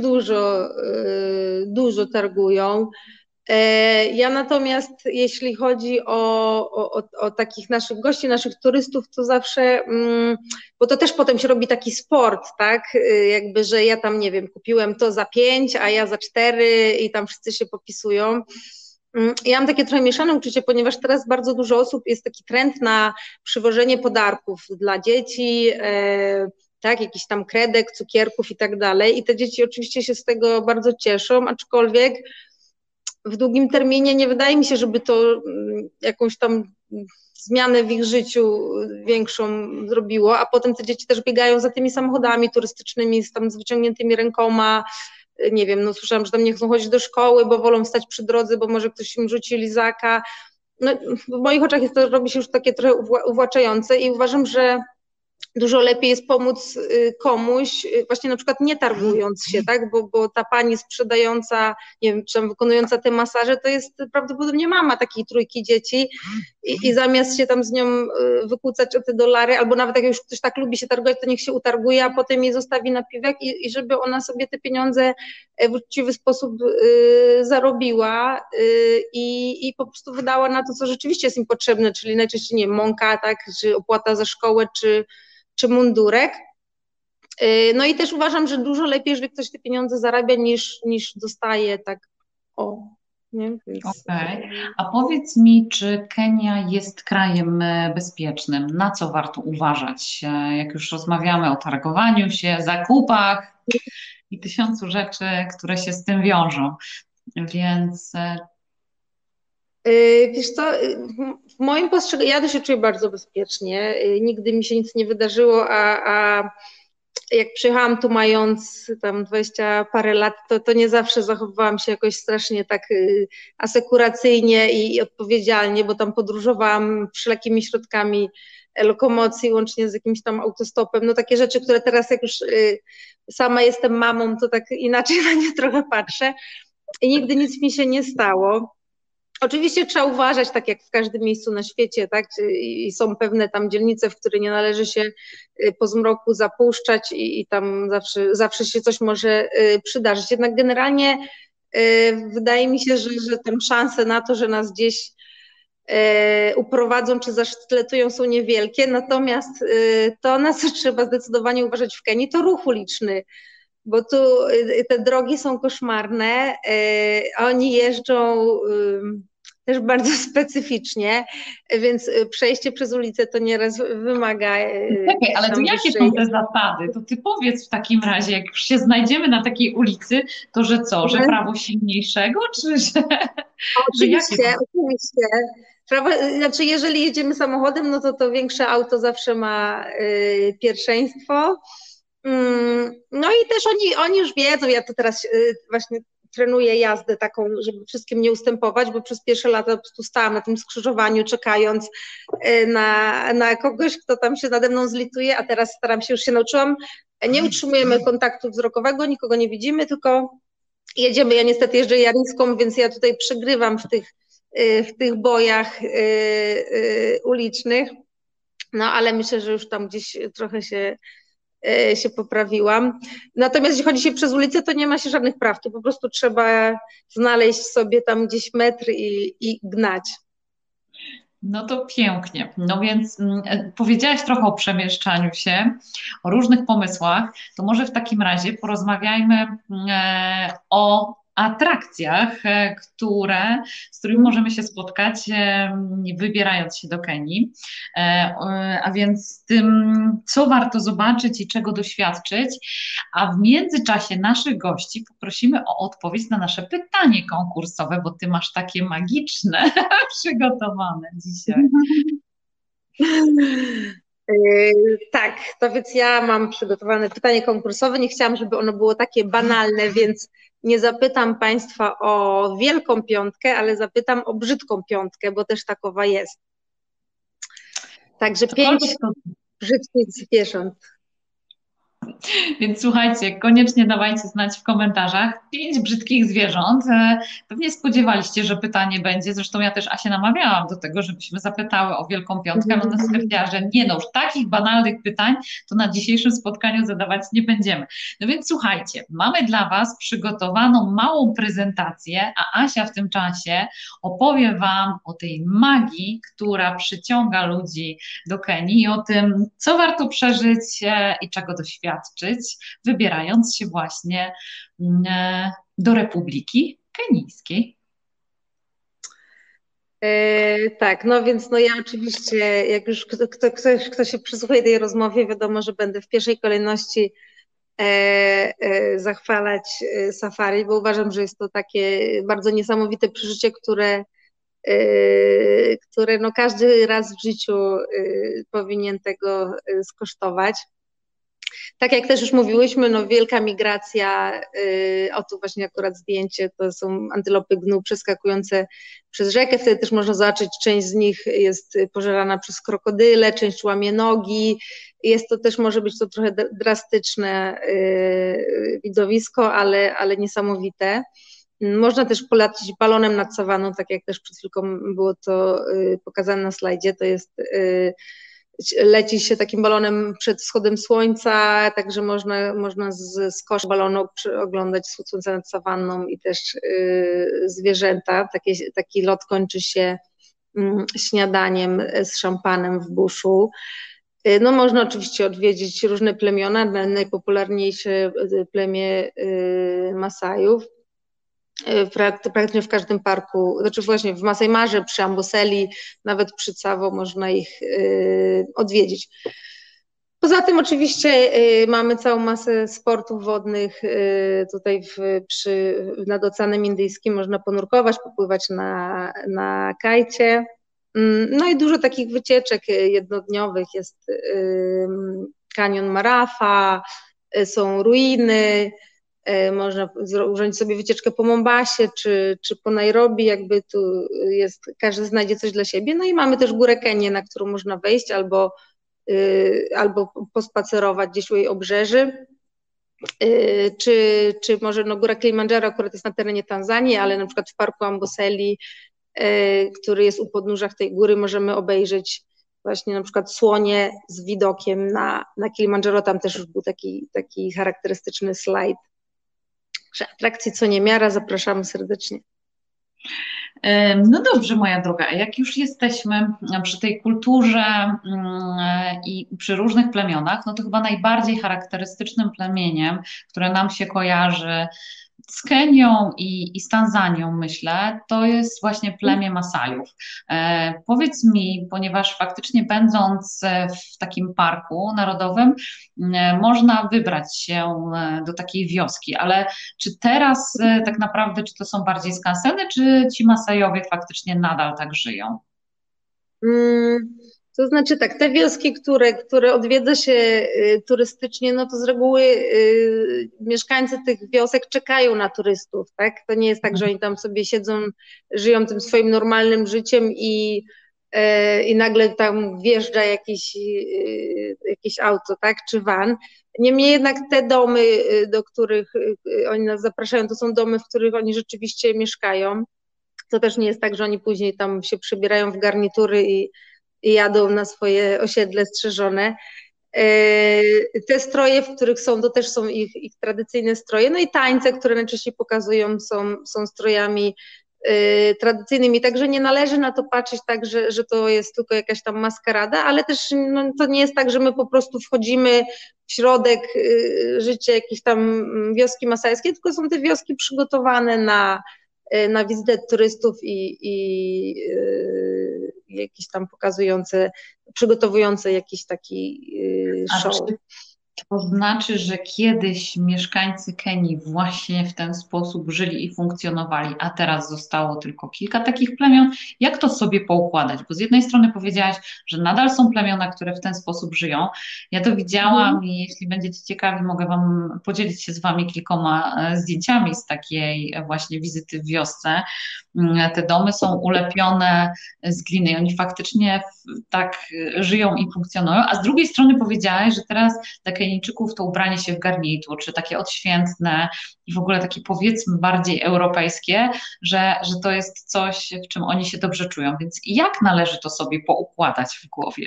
dużo targują. Ja natomiast, jeśli chodzi o takich naszych gości, naszych turystów, to zawsze, bo to też potem się robi taki sport, tak, jakby, że ja tam, nie wiem, kupiłem to za 5, a ja za 4 i tam wszyscy się popisują. Ja mam takie trochę mieszane uczucie, ponieważ teraz bardzo dużo osób, jest taki trend na przywożenie podarków dla dzieci, tak, jakiś tam kredek, cukierków i tak dalej i te dzieci oczywiście się z tego bardzo cieszą, aczkolwiek w długim terminie nie wydaje mi się, żeby to jakąś tam zmianę w ich życiu większą zrobiło, a potem te dzieci też biegają za tymi samochodami turystycznymi z wyciągniętymi rękoma. Nie wiem, no słyszałam, że tam nie chcą chodzić do szkoły, bo wolą stać przy drodze, bo może ktoś im rzuci lizaka. No, w moich oczach to robi się już takie trochę uwłaczające i uważam, że dużo lepiej jest pomóc komuś, właśnie na przykład nie targując się, tak? Bo ta pani sprzedająca, nie wiem, czy tam wykonująca te masaże, to jest prawdopodobnie mama takiej trójki dzieci i zamiast się tam z nią wykłócać o te dolary, albo nawet jak już ktoś tak lubi się targować, to niech się utarguje, a potem je zostawi na piwek i żeby ona sobie te pieniądze w uczciwy sposób zarobiła i po prostu wydała na to, co rzeczywiście jest im potrzebne, czyli najczęściej, nie wiem, mąka, tak, czy opłata za szkołę, czy mundurek. No i też uważam, że dużo lepiej, jeżeli ktoś te pieniądze zarabia niż dostaje tak o. Nie? Więc... Okej. A powiedz mi, czy Kenia jest krajem bezpiecznym? Na co warto uważać, jak już rozmawiamy o targowaniu się, zakupach i tysiącu rzeczy, które się z tym wiążą? Więc Wiesz co, w moim postrzeganiu, ja się czuję bardzo bezpiecznie, nigdy mi się nic nie wydarzyło, a jak przyjechałam tu mając tam 20 parę lat, to nie zawsze zachowywałam się jakoś strasznie tak asekuracyjnie i odpowiedzialnie, bo tam podróżowałam wszelakimi środkami lokomocji, łącznie z jakimś tam autostopem, no takie rzeczy, które teraz jak już sama jestem mamą, to tak inaczej na nie trochę patrzę i nigdy nic mi się nie stało. Oczywiście trzeba uważać, tak jak w każdym miejscu na świecie, tak? I są pewne tam dzielnice, w które nie należy się po zmroku zapuszczać i tam zawsze się coś może przydarzyć. Jednak generalnie wydaje mi się, że tam szanse na to, że nas gdzieś uprowadzą czy zasztyletują są niewielkie. Natomiast to, na co trzeba zdecydowanie uważać w Kenii, to ruch uliczny. Bo tu te drogi są koszmarne, oni jeżdżą też bardzo specyficznie, więc przejście przez ulicę to nieraz wymaga czekaj, ale to jakie są te zasady? To ty powiedz w takim razie, jak już się znajdziemy na takiej ulicy, to że co, że prawo silniejszego, czy że jakie Oczywiście, oczywiście. Znaczy, jeżeli jedziemy samochodem, no to większe auto zawsze ma pierwszeństwo. No i też oni już wiedzą, ja to teraz właśnie trenuję jazdę taką, żeby wszystkim nie ustępować, bo przez pierwsze lata po prostu stałam na tym skrzyżowaniu, czekając na kogoś, kto tam się nade mną zlituje, a teraz staram się, już się nauczyłam, nie utrzymujemy kontaktu wzrokowego, nikogo nie widzimy, tylko jedziemy. Ja niestety jeżdżę jariską, więc ja tutaj przegrywam w tych bojach ulicznych, no ale myślę, że już tam gdzieś trochę się poprawiłam. Natomiast jeśli chodzi się przez ulicę, to nie ma się żadnych praw, to po prostu trzeba znaleźć sobie tam gdzieś metr i gnać. No to pięknie. No więc powiedziałaś trochę o przemieszczaniu się, o różnych pomysłach. To może w takim razie porozmawiajmy o atrakcjach, z którymi możemy się spotkać, wybierając się do Kenii. A więc tym, co warto zobaczyć i czego doświadczyć. A w międzyczasie naszych gości poprosimy o odpowiedź na nasze pytanie konkursowe, bo ty masz takie magiczne przygotowane dzisiaj. Tak, to więc ja mam przygotowane pytanie konkursowe. Nie chciałam, żeby ono było takie banalne, więc nie zapytam Państwa o Wielką Piątkę, ale zapytam o Brzydką Piątkę, bo też takowa jest. Także 5 brzydkich zwierząt. Więc słuchajcie, koniecznie dawajcie znać w komentarzach 5 brzydkich zwierząt. Pewnie spodziewaliście, że pytanie będzie. Zresztą ja też Asię namawiałam do tego, żebyśmy zapytały o Wielką Piątkę, ale ona stwierdziła, że nie no, już takich banalnych pytań to na dzisiejszym spotkaniu zadawać nie będziemy. No więc słuchajcie, mamy dla Was przygotowaną małą prezentację, a Asia w tym czasie opowie Wam o tej magii, która przyciąga ludzi do Kenii i o tym, co warto przeżyć i czego doświadczyć, wybierając się właśnie do Republiki Kenijskiej. Tak, no więc no ja oczywiście, jak już ktoś, kto się przysłuchuje tej rozmowie, wiadomo, że będę w pierwszej kolejności zachwalać safari, bo uważam, że jest to takie bardzo niesamowite przeżycie, które no każdy raz w życiu powinien tego skosztować. Tak jak też już mówiłyśmy, no wielka migracja, o tu właśnie akurat zdjęcie, to są antylopy gnu przeskakujące przez rzekę, wtedy też można zobaczyć, część z nich jest pożerana przez krokodyle, część łamie nogi, jest to też, może być to trochę drastyczne widowisko, ale niesamowite. Można też polecieć balonem nad sawanną, tak jak też przed chwilką było to pokazane na slajdzie, to jest leci się takim balonem przed wschodem słońca, także można z kosza balonu oglądać wschód słońca nad sawanną i też zwierzęta. Taki lot kończy się śniadaniem z szampanem w buszu. No można oczywiście odwiedzić różne plemiona, najpopularniejsze plemię Masajów. Praktycznie w każdym parku, znaczy właśnie w Masai Marze, przy Amboseli, nawet przy Tsavo można ich odwiedzić. Poza tym oczywiście mamy całą masę sportów wodnych. Tutaj nad Oceanem Indyjskim można ponurkować, popływać na kajcie. No i dużo takich wycieczek jednodniowych. Jest kanion Marafa, są ruiny. Można urządzić sobie wycieczkę po Mombasie czy po Nairobi, jakby tu jest, każdy znajdzie coś dla siebie. No i mamy też górę Kenię, na którą można wejść albo pospacerować gdzieś u jej obrzeży. Czy może no, góra Kilimandżaro akurat jest na terenie Tanzanii, ale na przykład w parku Amboseli, który jest u podnóżach tej góry, możemy obejrzeć właśnie na przykład słonie z widokiem na Kilimandżaro. Tam też już był taki charakterystyczny slajd. Atrakcji co niemiara, zapraszamy serdecznie. No dobrze, moja droga, jak już jesteśmy przy tej kulturze i przy różnych plemionach, no to chyba najbardziej charakterystycznym plemieniem, które nam się kojarzy z Kenią i z Tanzanią, myślę, to jest właśnie plemię Masajów. Powiedz mi, ponieważ faktycznie będąc w takim parku narodowym, można wybrać się do takiej wioski, ale czy teraz tak naprawdę, czy to są bardziej skanseny, czy ci Masajowie faktycznie nadal tak żyją? To znaczy tak, te wioski, które odwiedza się turystycznie, no to z reguły mieszkańcy tych wiosek czekają na turystów, tak? To nie jest tak, że oni tam sobie siedzą, żyją tym swoim normalnym życiem i nagle tam wjeżdża jakieś auto, tak? Czy van. Niemniej jednak te domy, do których oni nas zapraszają, to są domy, w których oni rzeczywiście mieszkają. To też nie jest tak, że oni później tam się przebierają w garnitury i jadą na swoje osiedle strzeżone. Te stroje, w których są, to też są ich tradycyjne stroje. No i tańce, które najczęściej pokazują, są strojami tradycyjnymi. Także nie należy na to patrzeć tak, że to jest tylko jakaś tam maskarada, ale też no, to nie jest tak, że my po prostu wchodzimy w środek życia jakiejś tam wioski masajskiej, tylko są te wioski przygotowane na wizytę turystów i jakieś tam przygotowujące jakiś taki show. To znaczy, że kiedyś mieszkańcy Kenii właśnie w ten sposób żyli i funkcjonowali, a teraz zostało tylko kilka takich plemion. Jak to sobie poukładać? Bo z jednej strony powiedziałaś, że nadal są plemiona, które w ten sposób żyją. Ja to widziałam i jeśli będziecie ciekawi, mogę podzielić się z Wami kilkoma zdjęciami z takiej właśnie wizyty w wiosce. Te domy są ulepione z gliny i oni faktycznie tak żyją i funkcjonują. A z drugiej strony powiedziałaś, że teraz dla Kenijczyków to ubranie się w garnitur, czy takie odświętne i w ogóle takie powiedzmy bardziej europejskie, że to jest coś, w czym oni się dobrze czują. Więc jak należy to sobie poukładać w głowie?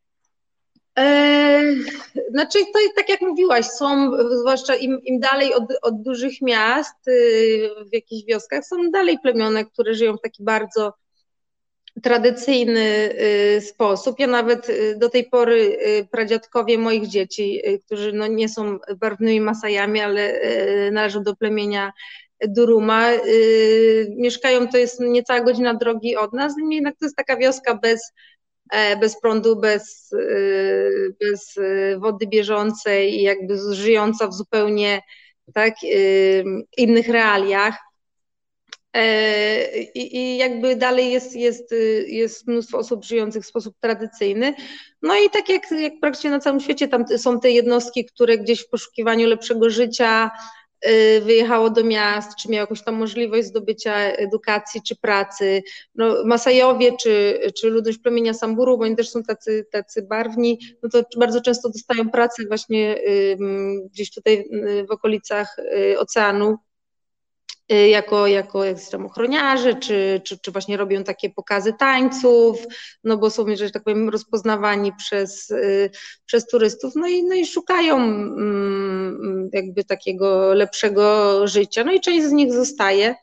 Znaczy, to jest tak jak mówiłaś, są, zwłaszcza im dalej od dużych miast, w jakichś wioskach, są dalej plemiona, które żyją w taki bardzo tradycyjny sposób. Ja nawet do tej pory pradziadkowie moich dzieci, którzy no nie są barwnymi Masajami, ale należą do plemienia Duruma, mieszkają, to jest niecała godzina drogi od nas, jednak to jest taka wioska bez prądu, bez wody bieżącej i jakby żyjąca w zupełnie tak, innych realiach. I jakby dalej jest mnóstwo osób żyjących w sposób tradycyjny. No i tak jak praktycznie na całym świecie, tam są te jednostki, które gdzieś w poszukiwaniu lepszego życia wyjechało do miast, czy miało jakąś tam możliwość zdobycia edukacji czy pracy. No, Masajowie czy ludność plemienia Samburu, bo oni też są tacy barwni, no to bardzo często dostają pracę właśnie gdzieś tutaj w okolicach oceanu, jako jacyś tam ochroniarze, czy właśnie robią takie pokazy tańców, no bo są, że tak powiem, rozpoznawani przez turystów, no i szukają jakby takiego lepszego życia, no i część z nich zostaje,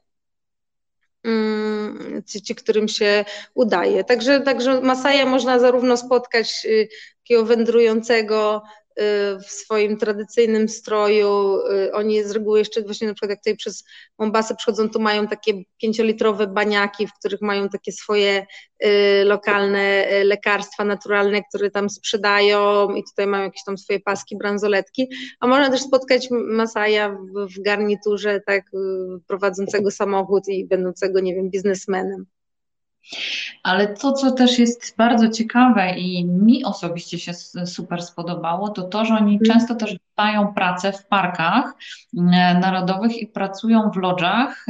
ci, którym się udaje. Także Masaja można zarówno spotkać takiego wędrującego w swoim tradycyjnym stroju. Oni z reguły jeszcze właśnie na przykład jak tutaj przez Mombasę przychodzą, to mają takie 5-litrowe baniaki, w których mają takie swoje lokalne lekarstwa naturalne, które tam sprzedają i tutaj mają jakieś tam swoje paski, bransoletki, a można też spotkać Masaja w garniturze tak prowadzącego samochód i będącego, nie wiem, biznesmenem. Ale to, co też jest bardzo ciekawe i mi osobiście się super spodobało, to, że oni często też dostają pracę w parkach narodowych i pracują w lodżach,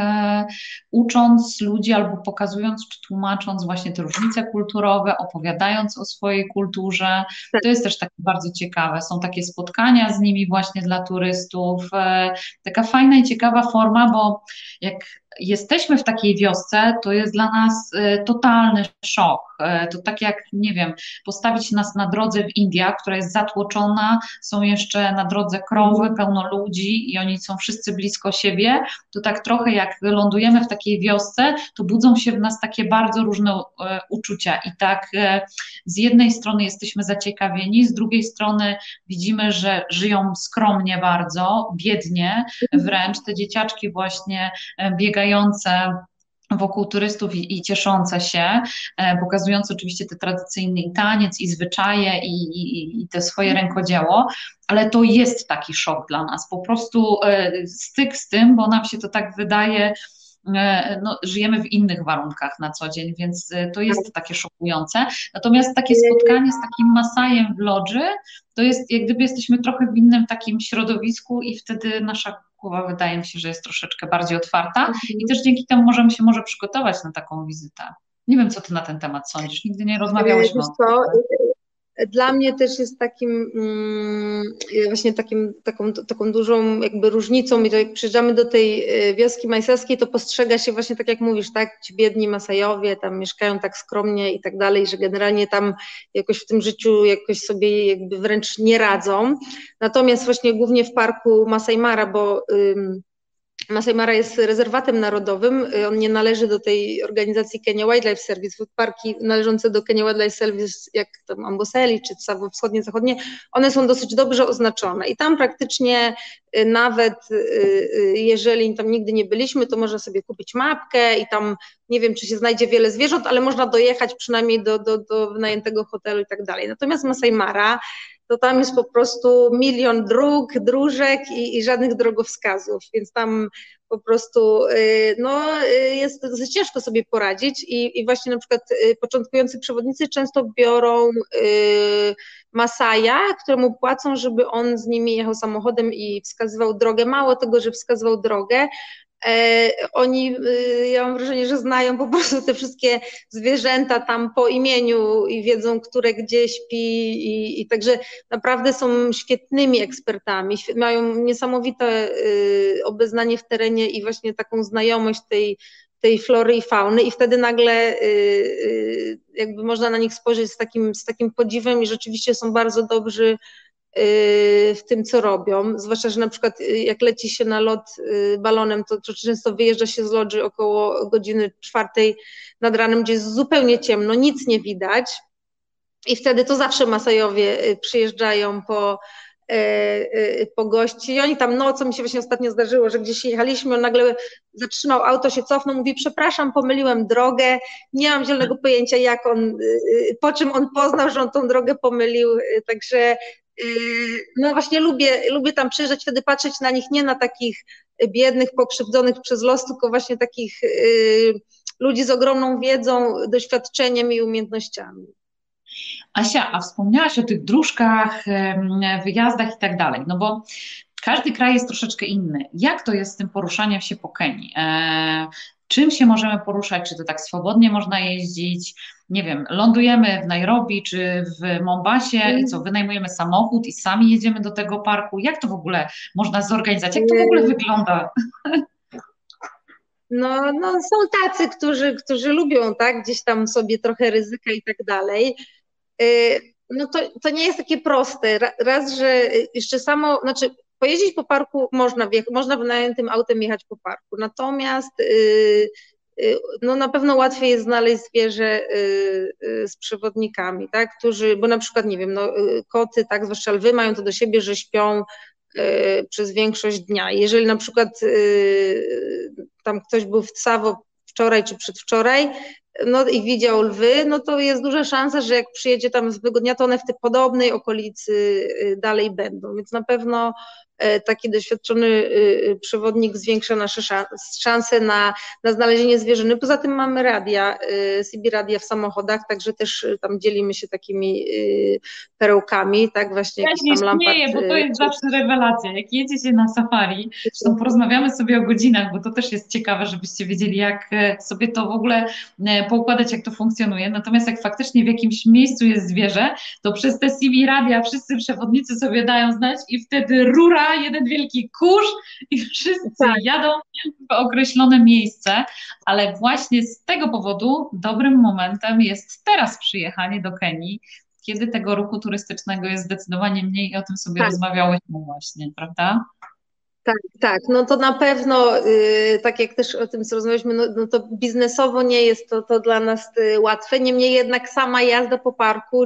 ucząc ludzi albo pokazując czy tłumacząc właśnie te różnice kulturowe, opowiadając o swojej kulturze. To jest też takie bardzo ciekawe. Są takie spotkania z nimi właśnie dla turystów. Taka fajna i ciekawa forma, bo jak jesteśmy w takiej wiosce, to jest dla nas totalny szok. To tak jak, nie wiem, postawić nas na drodze w Indiach, która jest zatłoczona, są jeszcze na drodze krowy, pełno ludzi i oni są wszyscy blisko siebie, to tak trochę jak lądujemy w takiej wiosce, to budzą się w nas takie bardzo różne uczucia i tak z jednej strony jesteśmy zaciekawieni, z drugiej strony widzimy, że żyją skromnie bardzo, biednie wręcz, te dzieciaczki właśnie biegające wokół turystów i cieszące się, pokazujące oczywiście te tradycyjny taniec i zwyczaje i te swoje rękodzieło, ale to jest taki szok dla nas, po prostu styk z tym, bo nam się to tak wydaje, no, żyjemy w innych warunkach na co dzień, więc to jest takie szokujące. Natomiast takie spotkanie z takim Masajem w lodży, to jest jak gdyby jesteśmy trochę w innym takim środowisku i wtedy nasza głowa wydaje mi się, że jest troszeczkę bardziej otwarta i też dzięki temu możemy się może przygotować na taką wizytę. Nie wiem, co ty na ten temat sądzisz, nigdy nie rozmawiałyśmy o tym. Dla mnie też jest takim właśnie taką dużą jakby różnicą i to jak przyjeżdżamy do tej wioski majsaskiej, to postrzega się właśnie tak jak mówisz, tak, ci biedni Masajowie tam mieszkają tak skromnie i tak dalej, że generalnie tam jakoś w tym życiu jakoś sobie jakby wręcz nie radzą. Natomiast właśnie głównie w parku Masai Mara, bo Masai Mara jest rezerwatem narodowym, on nie należy do tej organizacji Kenya Wildlife Service. Parki należące do Kenya Wildlife Service, jak tam Amboseli czy Tsavo wschodnie, zachodnie, one są dosyć dobrze oznaczone i tam praktycznie nawet jeżeli tam nigdy nie byliśmy, to można sobie kupić mapkę i tam nie wiem, czy się znajdzie wiele zwierząt, ale można dojechać przynajmniej do wynajętego hotelu i tak dalej. Natomiast Masai Mara to tam jest po prostu milion dróg, dróżek i żadnych drogowskazów, więc tam po prostu no, jest dosyć ciężko sobie poradzić i właśnie na przykład początkujący przewodnicy często biorą Masaja, któremu płacą, żeby on z nimi jechał samochodem i wskazywał drogę. Mało tego, że wskazywał drogę, oni, ja mam wrażenie, że znają po prostu te wszystkie zwierzęta tam po imieniu i wiedzą, które gdzie śpi i także naprawdę są świetnymi ekspertami, mają niesamowite obeznanie w terenie i właśnie taką znajomość tej flory i fauny i wtedy nagle jakby można na nich spojrzeć z takim podziwem i rzeczywiście są bardzo dobrzy w tym, co robią, zwłaszcza, że na przykład jak leci się na lot balonem, to często wyjeżdża się z lodży około godziny 4 nad ranem, gdzie jest zupełnie ciemno, nic nie widać i wtedy to zawsze Masajowie przyjeżdżają po gości i oni tam nocą, mi się właśnie ostatnio zdarzyło, że gdzieś jechaliśmy, on nagle zatrzymał auto, się cofnął, mówi przepraszam, pomyliłem drogę, nie mam zielonego pojęcia jak on, po czym on poznał, że on tą drogę pomylił, także no właśnie lubię tam przyjeżdżać, wtedy patrzeć na nich, nie na takich biednych, pokrzywdzonych przez los, tylko właśnie takich ludzi z ogromną wiedzą, doświadczeniem i umiejętnościami. Asia, a wspomniałaś o tych dróżkach, wyjazdach i tak dalej, no bo każdy kraj jest troszeczkę inny. Jak to jest z tym poruszaniem się po Kenii? Czym się możemy poruszać? Czy to tak swobodnie można jeździć? Nie wiem, lądujemy w Nairobi czy w Mombasie i co, wynajmujemy samochód i sami jedziemy do tego parku? Jak to w ogóle można zorganizować? Jak to w ogóle wygląda? No są tacy, którzy lubią, tak, gdzieś tam sobie trochę ryzyka i tak dalej. No to nie jest takie proste. Raz, że jeszcze samo, znaczy pojeździć po parku można wynajętym autem jechać po parku, natomiast no na pewno łatwiej jest znaleźć zwierzę z przewodnikami, tak, bo na przykład, nie wiem, no koty, tak, zwłaszcza lwy mają to do siebie, że śpią przez większość dnia. Jeżeli na przykład tam ktoś był w Tsavo wczoraj czy przedwczoraj, no i widział lwy, no to jest duża szansa, że jak przyjedzie tam z dnia, to one w tej podobnej okolicy dalej będą, więc na pewno taki doświadczony przewodnik zwiększa nasze szanse na znalezienie zwierzyny. Poza tym mamy radia, CB radia w samochodach, także też tam dzielimy się takimi perełkami, tak, właśnie Ja jakiś się tam lampart. śmieję, bo to jest zawsze rewelacja. Jak jedzie się na safari, zresztą porozmawiamy sobie o godzinach, bo to też jest ciekawe, żebyście wiedzieli, jak sobie to w ogóle poukładać, jak to funkcjonuje. Natomiast jak faktycznie w jakimś miejscu jest zwierzę, to przez te CB radia wszyscy przewodnicy sobie dają znać i wtedy rura, jeden wielki kurz i wszyscy jadą w określone miejsce, ale właśnie z tego powodu dobrym momentem jest teraz przyjechanie do Kenii, kiedy tego ruchu turystycznego jest zdecydowanie mniej i o tym sobie rozmawiałyśmy właśnie, prawda? Tak, no to na pewno, tak jak też o tym co rozmawialiśmy, no to biznesowo nie jest to dla nas łatwe, niemniej jednak sama jazda po parku,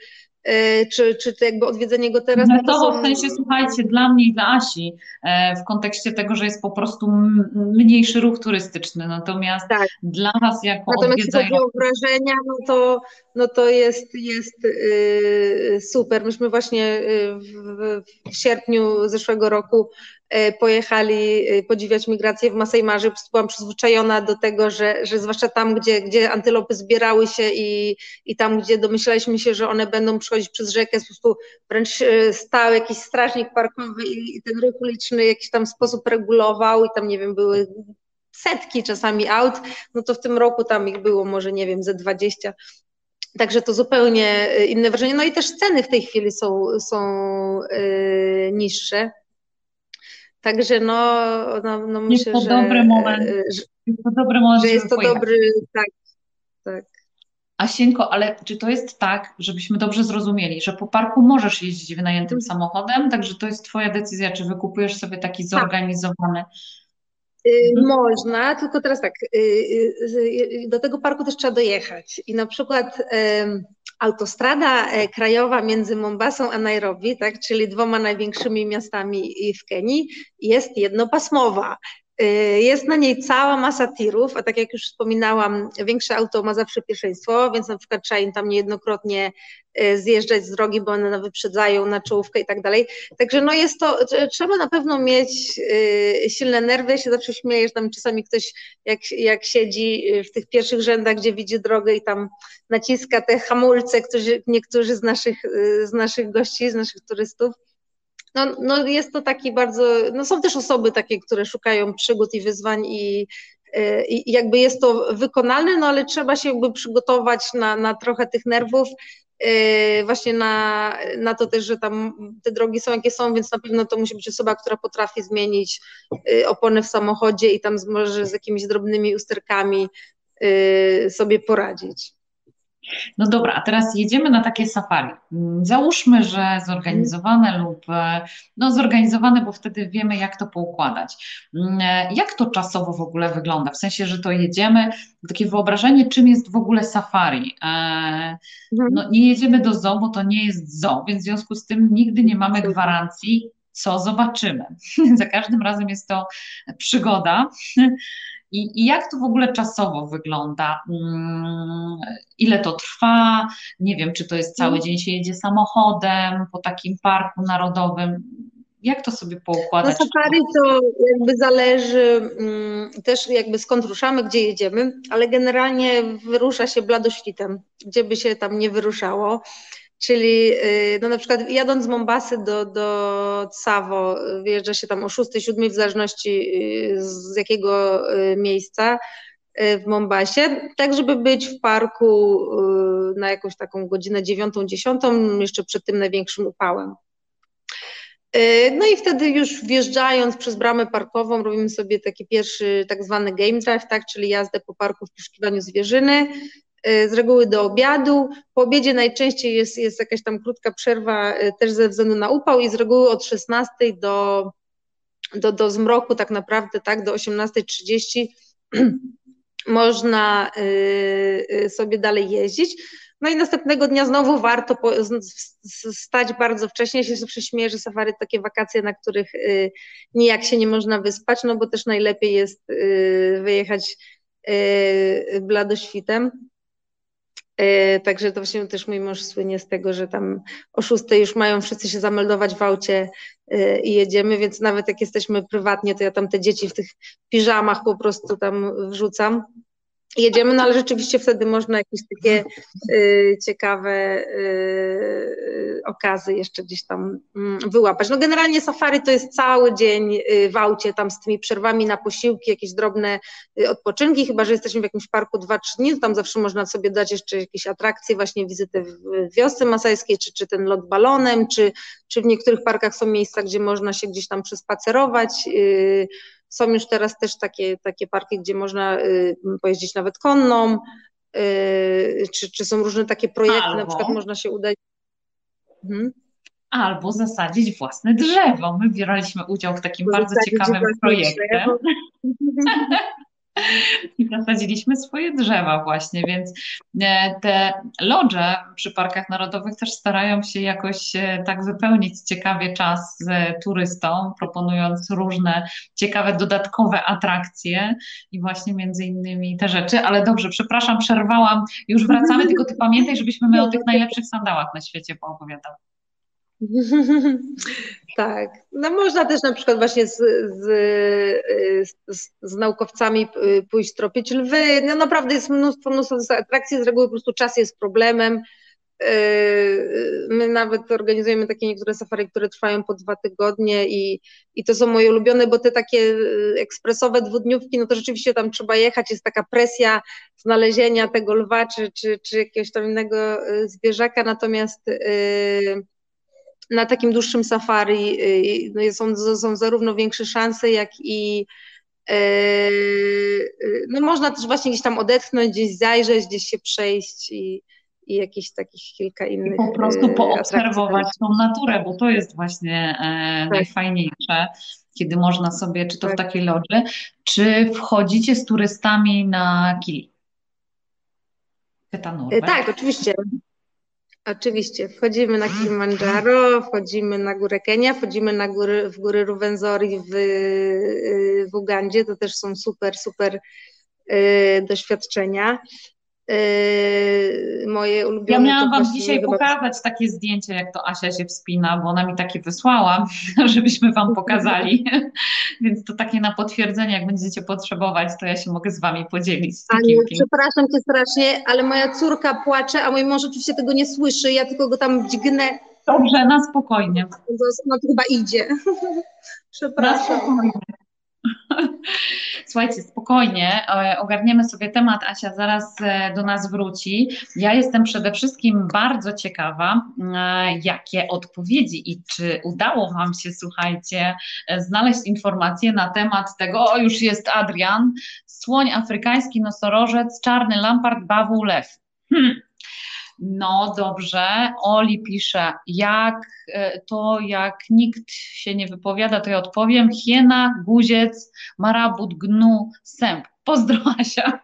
czy to jakby odwiedzenie go teraz, no to Biznesowo w sensie, słuchajcie, dla mnie i dla Asi, w kontekście tego, że jest po prostu mniejszy ruch turystyczny, natomiast dla Was jako natomiast jeśli chodzi odwiedzających... o wrażenia, no to jest super. Myśmy właśnie w sierpniu zeszłego roku pojechali podziwiać migrację w Masai Marze. Byłam przyzwyczajona do tego, że zwłaszcza tam, gdzie antylopy zbierały się i tam, gdzie domyślaliśmy się, że one będą przychodzić przez rzekę, po prostu wręcz stał jakiś strażnik parkowy i ten ruch uliczny w jakiś tam sposób regulował i tam, nie wiem, były setki czasami aut, no to w tym roku tam ich było może, nie wiem, ze 20. Także to zupełnie inne wrażenie. No i też ceny w tej chwili są niższe. Także no myślę, jest to dobry moment, że jest to dobry, tak. Asieńko, ale czy to jest tak, żebyśmy dobrze zrozumieli, że po parku możesz jeździć wynajętym samochodem, także to jest Twoja decyzja, czy wykupujesz sobie taki zorganizowany? Można, tylko teraz tak, do tego parku też trzeba dojechać i na przykład autostrada krajowa między Mombasą a Nairobi, tak, czyli dwoma największymi miastami w Kenii, jest jednopasmowa. Jest na niej cała masa tirów, a tak jak już wspominałam, większe auto ma zawsze pierwszeństwo, więc na przykład trzeba im tam niejednokrotnie zjeżdżać z drogi, bo one wyprzedzają na czołówkę i tak dalej. Także no jest to, trzeba na pewno mieć silne nerwy. Ja się zawsze śmieję, że tam czasami ktoś jak siedzi w tych pierwszych rzędach, gdzie widzi drogę i tam naciska te hamulce, niektórzy z naszych gości, z naszych turystów. No jest to taki bardzo, no są też osoby takie, które szukają przygód i wyzwań i jakby jest to wykonalne, no ale trzeba się jakby przygotować na trochę tych nerwów, właśnie na to też, że tam te drogi są jakie są, więc na pewno to musi być osoba, która potrafi zmienić opony w samochodzie i tam może z jakimiś drobnymi usterkami sobie poradzić. No dobra, a teraz jedziemy na takie safari. Załóżmy, że zorganizowane lub no zorganizowane, bo wtedy wiemy, jak to poukładać. Jak to czasowo w ogóle wygląda? W sensie, że to jedziemy, takie wyobrażenie, czym jest w ogóle safari. Mhm. No nie jedziemy do zoo, bo to nie jest zoo, więc w związku z tym nigdy nie mamy gwarancji, co zobaczymy. Za każdym razem jest to przygoda. I jak to w ogóle czasowo wygląda? Ile to trwa? Nie wiem, czy to jest cały dzień się jedzie samochodem po takim parku narodowym. Jak to sobie No poukładać? safari to jakby zależy też jakby skąd ruszamy, gdzie jedziemy, ale generalnie wyrusza się bladoświtem, gdzie by się tam nie wyruszało. Czyli no na przykład jadąc z Mombasy do Tsavo, wyjeżdża się tam o 6-7 w zależności z jakiego miejsca w Mombasie, tak żeby być w parku na jakąś taką godzinę 9-10, jeszcze przed tym największym upałem. No i wtedy już wjeżdżając przez bramę parkową robimy sobie taki pierwszy tak zwany game drive, tak, czyli jazdę po parku w poszukiwaniu zwierzyny, z reguły do obiadu. Po obiedzie najczęściej jest jakaś tam krótka przerwa też ze względu na upał i z reguły od 16 do zmroku tak naprawdę, tak, do 18:30 można sobie dalej jeździć. No i następnego dnia znowu warto wstać bardzo wcześnie. Ja się zawsze śmieję, że safari to takie wakacje, na których nijak się nie można wyspać, no bo też najlepiej jest wyjechać bladoświtem. Także to właśnie też mój mąż słynie z tego, że tam o 6 już mają wszyscy się zameldować w aucie i jedziemy, więc nawet jak jesteśmy prywatnie, to ja tam te dzieci w tych piżamach po prostu tam wrzucam. Jedziemy, no ale rzeczywiście wtedy można jakieś takie ciekawe okazy jeszcze gdzieś tam wyłapać. No generalnie safari to jest cały dzień w aucie, tam z tymi przerwami na posiłki, jakieś drobne odpoczynki, chyba że jesteśmy w jakimś parku 2-3 dni, to tam zawsze można sobie dać jeszcze jakieś atrakcje, właśnie wizytę w wiosce masajskiej, czy ten lot balonem, czy w niektórych parkach są miejsca, gdzie można się gdzieś tam przespacerować. Są już teraz też takie parki, gdzie można pojeździć nawet konną, czy są różne takie projekty, na przykład można się udać. Albo zasadzić własne drzewo. My braliśmy udział w takim bardzo ciekawym projekcie. I zasadziliśmy swoje drzewa właśnie, więc te lodże przy parkach narodowych też starają się jakoś tak wypełnić ciekawie czas z turystą, proponując różne ciekawe dodatkowe atrakcje i właśnie między innymi te rzeczy. Ale dobrze, przepraszam, przerwałam, już wracamy, tylko ty pamiętaj, żebyśmy my o tych najlepszych sandałach na świecie poopowiadały. Tak, no można też na przykład właśnie z naukowcami pójść tropić lwy. No naprawdę jest mnóstwo atrakcji, z reguły po prostu czas jest problemem. My nawet organizujemy takie niektóre safari, które trwają po 2 tygodnie i to są moje ulubione, bo te takie ekspresowe dwudniówki, no to rzeczywiście tam trzeba jechać, jest taka presja znalezienia tego lwa czy jakiegoś tam innego zwierzaka, natomiast na takim dłuższym safari no są zarówno większe szanse, jak i no można też właśnie gdzieś tam odetchnąć, gdzieś zajrzeć, gdzieś się przejść i jakieś takich kilka innych I po prostu poobserwować atrakcji. tą naturę, bo to jest właśnie najfajniejsze, kiedy można sobie, czy to w takiej lodży, czy wchodzicie z turystami na kili? Pyta Norbert. Tak, oczywiście. Oczywiście, wchodzimy na Kilimandżaro, wchodzimy na górę Kenia, wchodzimy w góry Ruwenzori w Ugandzie, to też są super doświadczenia. Moje ulubione. Ja miałam wam dzisiaj pokazać takie zdjęcie, jak to Asia się wspina, bo ona mi takie wysłała, żebyśmy wam pokazali. Więc to takie na potwierdzenie, jak będziecie potrzebować, to ja się mogę z wami podzielić. Aniu, przepraszam cię strasznie, ale moja córka płacze, a mój mąż oczywiście tego nie słyszy, ja tylko go tam dźgnę. Dobrze, na spokojnie. No to chyba idzie. Przepraszam. Na spokojnie. Słuchajcie, spokojnie, ogarniemy sobie temat, Asia zaraz do nas wróci. Ja jestem przede wszystkim bardzo ciekawa, jakie odpowiedzi i czy udało wam się, słuchajcie, znaleźć informacje na temat tego, o już jest Adrian, słoń afrykański, nosorożec, czarny lampart, bawu, lew. No dobrze, Oli pisze, jak nikt się nie wypowiada, to ja odpowiem. Hiena, guziec, marabut, gnu, sęp. Pozdro, Asia.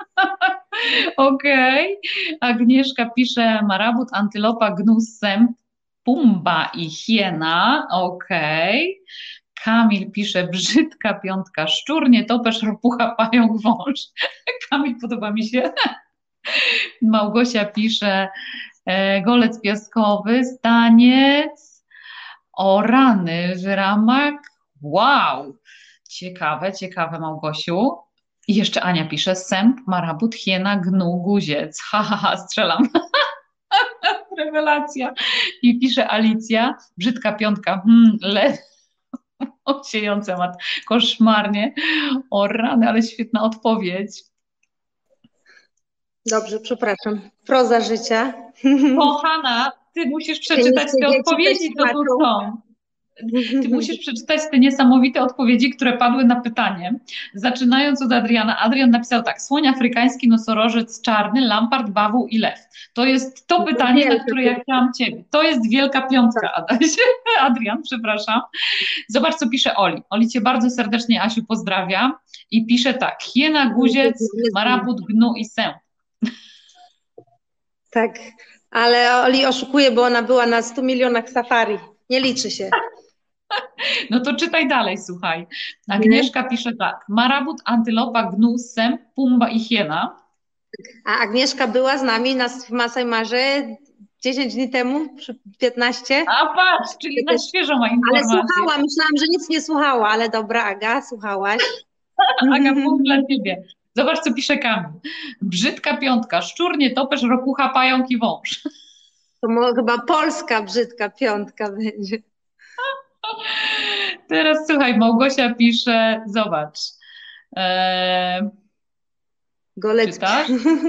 Okej. Agnieszka pisze, marabut, antylopa, gnu, sęp, pumba i hiena. Okej. Kamil pisze, brzydka piątka, szczur, nietoperz, ropucha, pająk, wąż. Kamil, podoba mi się. Małgosia pisze, golec piaskowy, staniec, o rany, wyramak. Wow, ciekawe, ciekawe, Małgosiu. I jeszcze Ania pisze, sęp, marabut, hiena, gnu, guziec. Ha, ha, ha, strzelam. Rewelacja. I pisze Alicja, brzydka piątka, odsiejące mat, koszmarnie. O rany, ale świetna odpowiedź. Dobrze, przepraszam. Proza życia. Kochana, ty musisz przeczytać te odpowiedzi, co tu są. Ty musisz przeczytać te niesamowite odpowiedzi, które padły na pytanie. Zaczynając od Adriana. Adrian napisał tak. Słoń afrykański, nosorożec czarny, lampart, bawoł i lew. To jest to pytanie, na które ja chciałam ciebie. To jest wielka piątka, Adaś. Adrian, przepraszam. Zobacz, co pisze Oli. Oli cię bardzo serdecznie, Asiu, pozdrawia. I pisze tak. Hiena, guziec, marabut, gnu i sęp. Tak, ale Oli oszukuje, bo ona była na 100 milionach safari. Nie liczy się. No to czytaj dalej, słuchaj. Agnieszka pisze tak. Marabut, antylopa, gnu, sęp, pumba i hiena. A Agnieszka była z nami w Masai Marze 10 dni temu, 15. A patrz, czyli na świeżo ma informację. Ale słuchała, myślałam, że nic nie słuchała, ale dobra, Aga, słuchałaś. Aga, punkt dla ciebie. Zobacz, co pisze Kamil. Brzydka piątka, szczur, nietoperz, ropucha, pająk i wąż. To chyba polska brzydka piątka będzie. Teraz słuchaj, Małgosia pisze, zobacz. Golec. Czytasz?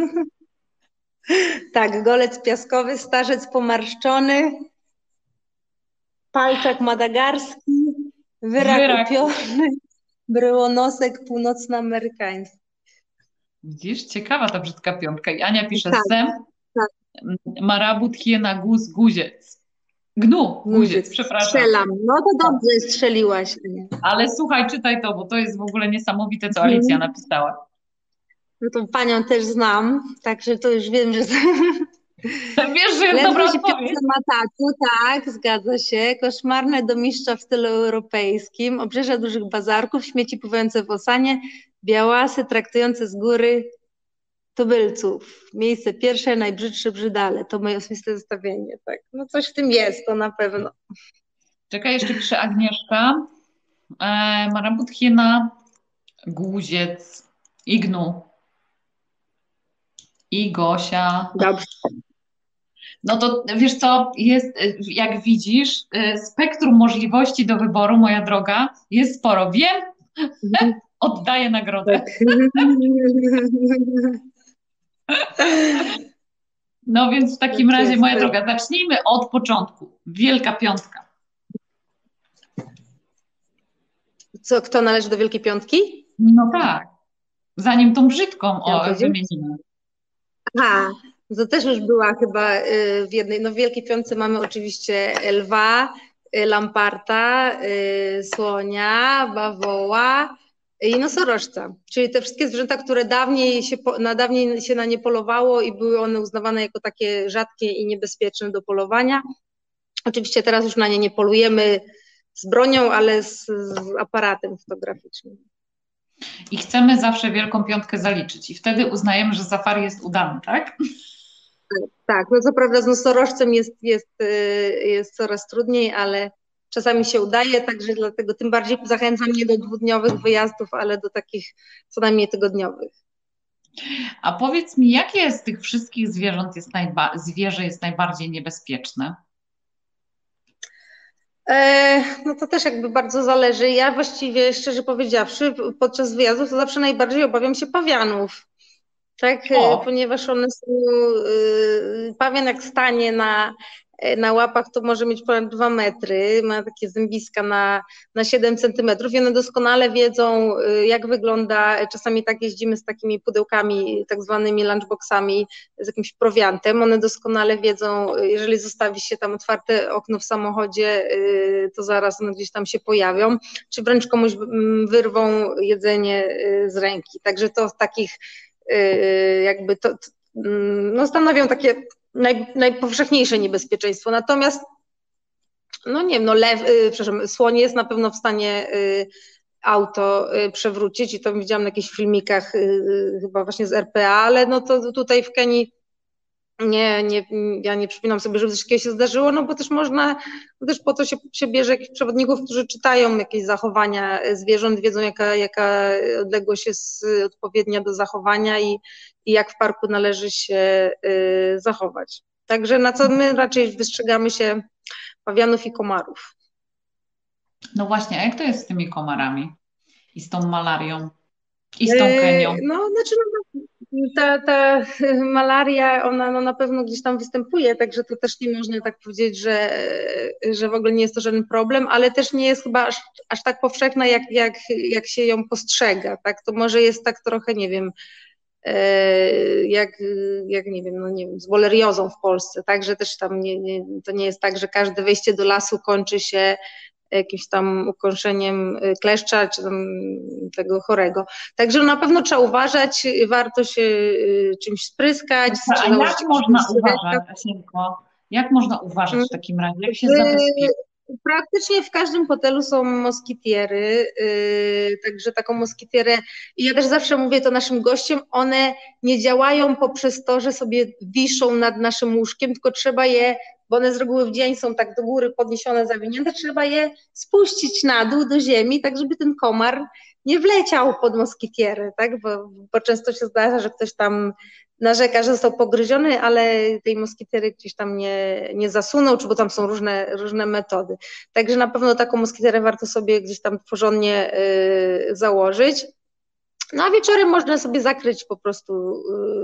Tak, golec piaskowy, starzec pomarszczony, palczak madagarski, wyrak upiorny, bryłonosek północnoamerykański. Widzisz, ciekawa ta brzydka piątka. I Ania pisze sęp, marabut, hiena, guz, guziec. Gnu, guziec, przepraszam. Strzelam. No to dobrze strzeliłaś. Ale słuchaj, czytaj to, bo to jest w ogóle niesamowite, co Alicja napisała. No to panią też znam, także to już wiem, że... Wiesz, że jest dobra odpowiedź. Mataku, tak, zgadza się. Koszmarne domiszcza w stylu europejskim, obrzeża dużych bazarków, śmieci pływające w osanie, białasy traktujące z góry tubylców. Miejsce pierwsze, najbrzydsze brzydale. To moje osobiste zestawienie, tak. No coś w tym jest, to na pewno. Czekaj, jeszcze pisze Agnieszka. Marabut, hiena, guziec, ignu. I Gosia. Dobrze. No to wiesz co, jest, jak widzisz, spektrum możliwości do wyboru, moja droga, jest sporo. Wiem, oddaję nagrodę. No więc w takim razie, moja droga, zacznijmy od początku. Wielka piątka. Co, kto należy do Wielkiej Piątki? No tak. Zanim tą brzydką wymienimy. Aha, to też już była chyba w jednej. No w Wielkiej Piątce mamy oczywiście lwa, lamparta, słonia, bawoła i nosorożca. Czyli te wszystkie zwierzęta, które dawniej się na nie polowało i były one uznawane jako takie rzadkie i niebezpieczne do polowania. Oczywiście teraz już na nie nie polujemy z bronią, ale z aparatem fotograficznym. I chcemy zawsze Wielką Piątkę zaliczyć i wtedy uznajemy, że safari jest udany, tak? Tak, no co prawda z nosorożcem jest coraz trudniej, ale czasami się udaje, także dlatego tym bardziej zachęcam nie do dwudniowych wyjazdów, ale do takich co najmniej tygodniowych. A powiedz mi, jakie z tych wszystkich zwierzę jest najbardziej niebezpieczne? No to też jakby bardzo zależy. Ja właściwie, szczerze powiedziawszy, podczas wyjazdów to zawsze najbardziej obawiam się pawianów. Tak, ponieważ one są, pawian jak stanie na łapach to może mieć ponad 2 metry, ma takie zębiska na 7 centymetrów i one doskonale wiedzą, jak wygląda, czasami tak jeździmy z takimi pudełkami, tak zwanymi lunchboxami, z jakimś prowiantem, one doskonale wiedzą, jeżeli zostawi się tam otwarte okno w samochodzie, to zaraz one gdzieś tam się pojawią, czy wręcz komuś wyrwą jedzenie z ręki, także to w takich jakby to no, stanowią takie najpowszechniejsze niebezpieczeństwo. Natomiast, no nie wiem, no słoń jest na pewno w stanie auto przewrócić i to widziałam na jakichś filmikach chyba właśnie z RPA, ale no to tutaj w Kenii ja nie przypominam sobie, żeby coś takiego się zdarzyło, no bo też można, bo też po to się bierze jakichś przewodników, którzy czytają jakieś zachowania zwierząt, wiedzą jaka odległość jest odpowiednia do zachowania i jak w parku należy się zachować. Także na co my raczej wystrzegamy się pawianów i komarów. No właśnie, a jak to jest z tymi komarami i z tą malarią i z tą Kenią? No, znaczy ta malaria, ona no, na pewno gdzieś tam występuje, także to też nie można tak powiedzieć, że w ogóle nie jest to żaden problem, ale też nie jest chyba aż tak powszechna, jak się ją postrzega, tak? To może jest tak trochę, nie wiem, jak nie wiem, no nie wiem, z woleriozą w Polsce, tak, że też tam to nie jest tak, że każde wejście do lasu kończy się jakimś tam ukąszeniem kleszcza czy tam tego chorego. Także na pewno trzeba uważać, warto się czymś spryskać. A jak można uważać, Asienko? Jak można uważać w takim razie? Jak się zabezpieczyć? Praktycznie w każdym hotelu są moskitiery, także taką moskitierę, i ja też zawsze mówię to naszym gościom, one nie działają poprzez to, że sobie wiszą nad naszym łóżkiem, tylko trzeba je, bo one z reguły w dzień są tak do góry podniesione, zawinięte, trzeba je spuścić na dół do ziemi, tak żeby ten komar nie wleciał pod moskitierę, tak? Bo często się zdarza, że ktoś tam narzeka, że został pogryziony, ale tej moskitery gdzieś tam nie zasunął, czy bo tam są różne metody. Także na pewno taką moskiterę warto sobie gdzieś tam porządnie założyć. No a wieczorem można sobie zakryć po prostu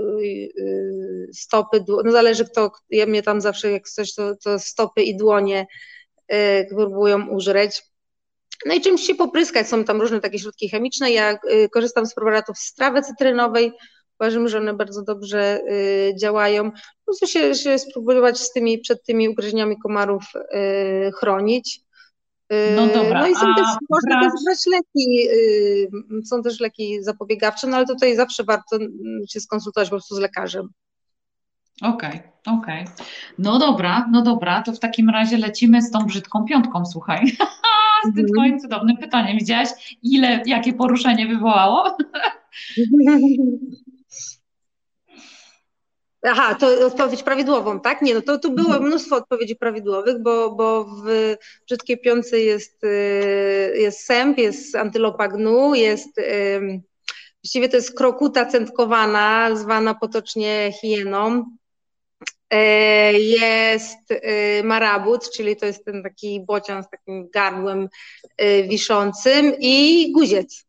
stopy, no zależy kto, ja mnie tam zawsze jak coś, to stopy i dłonie próbują użreć. No i czymś się popryskać, są tam różne takie środki chemiczne, ja korzystam z preparatów z trawy cytrynowej, uważam, że one bardzo dobrze działają. Po prostu się spróbować przed tymi ugryzieniami komarów chronić. No dobra, no i można też brać leki, są też leki zapobiegawcze, no ale tutaj zawsze warto się skonsultować po prostu z lekarzem. Okej. No dobra, to w takim razie lecimy z tą brzydką piątką, słuchaj. Z tym twoim cudownym pytaniem. Widziałaś, jakie poruszenie wywołało? Aha, to odpowiedź prawidłową, tak? Nie, no to tu było mnóstwo odpowiedzi prawidłowych, bo w brzydkiej piątce jest sęp, jest antylopa gnu, właściwie to jest krokuta centkowana, zwana potocznie hieną, jest marabut, czyli to jest ten taki bocian z takim gardłem wiszącym, i guziec.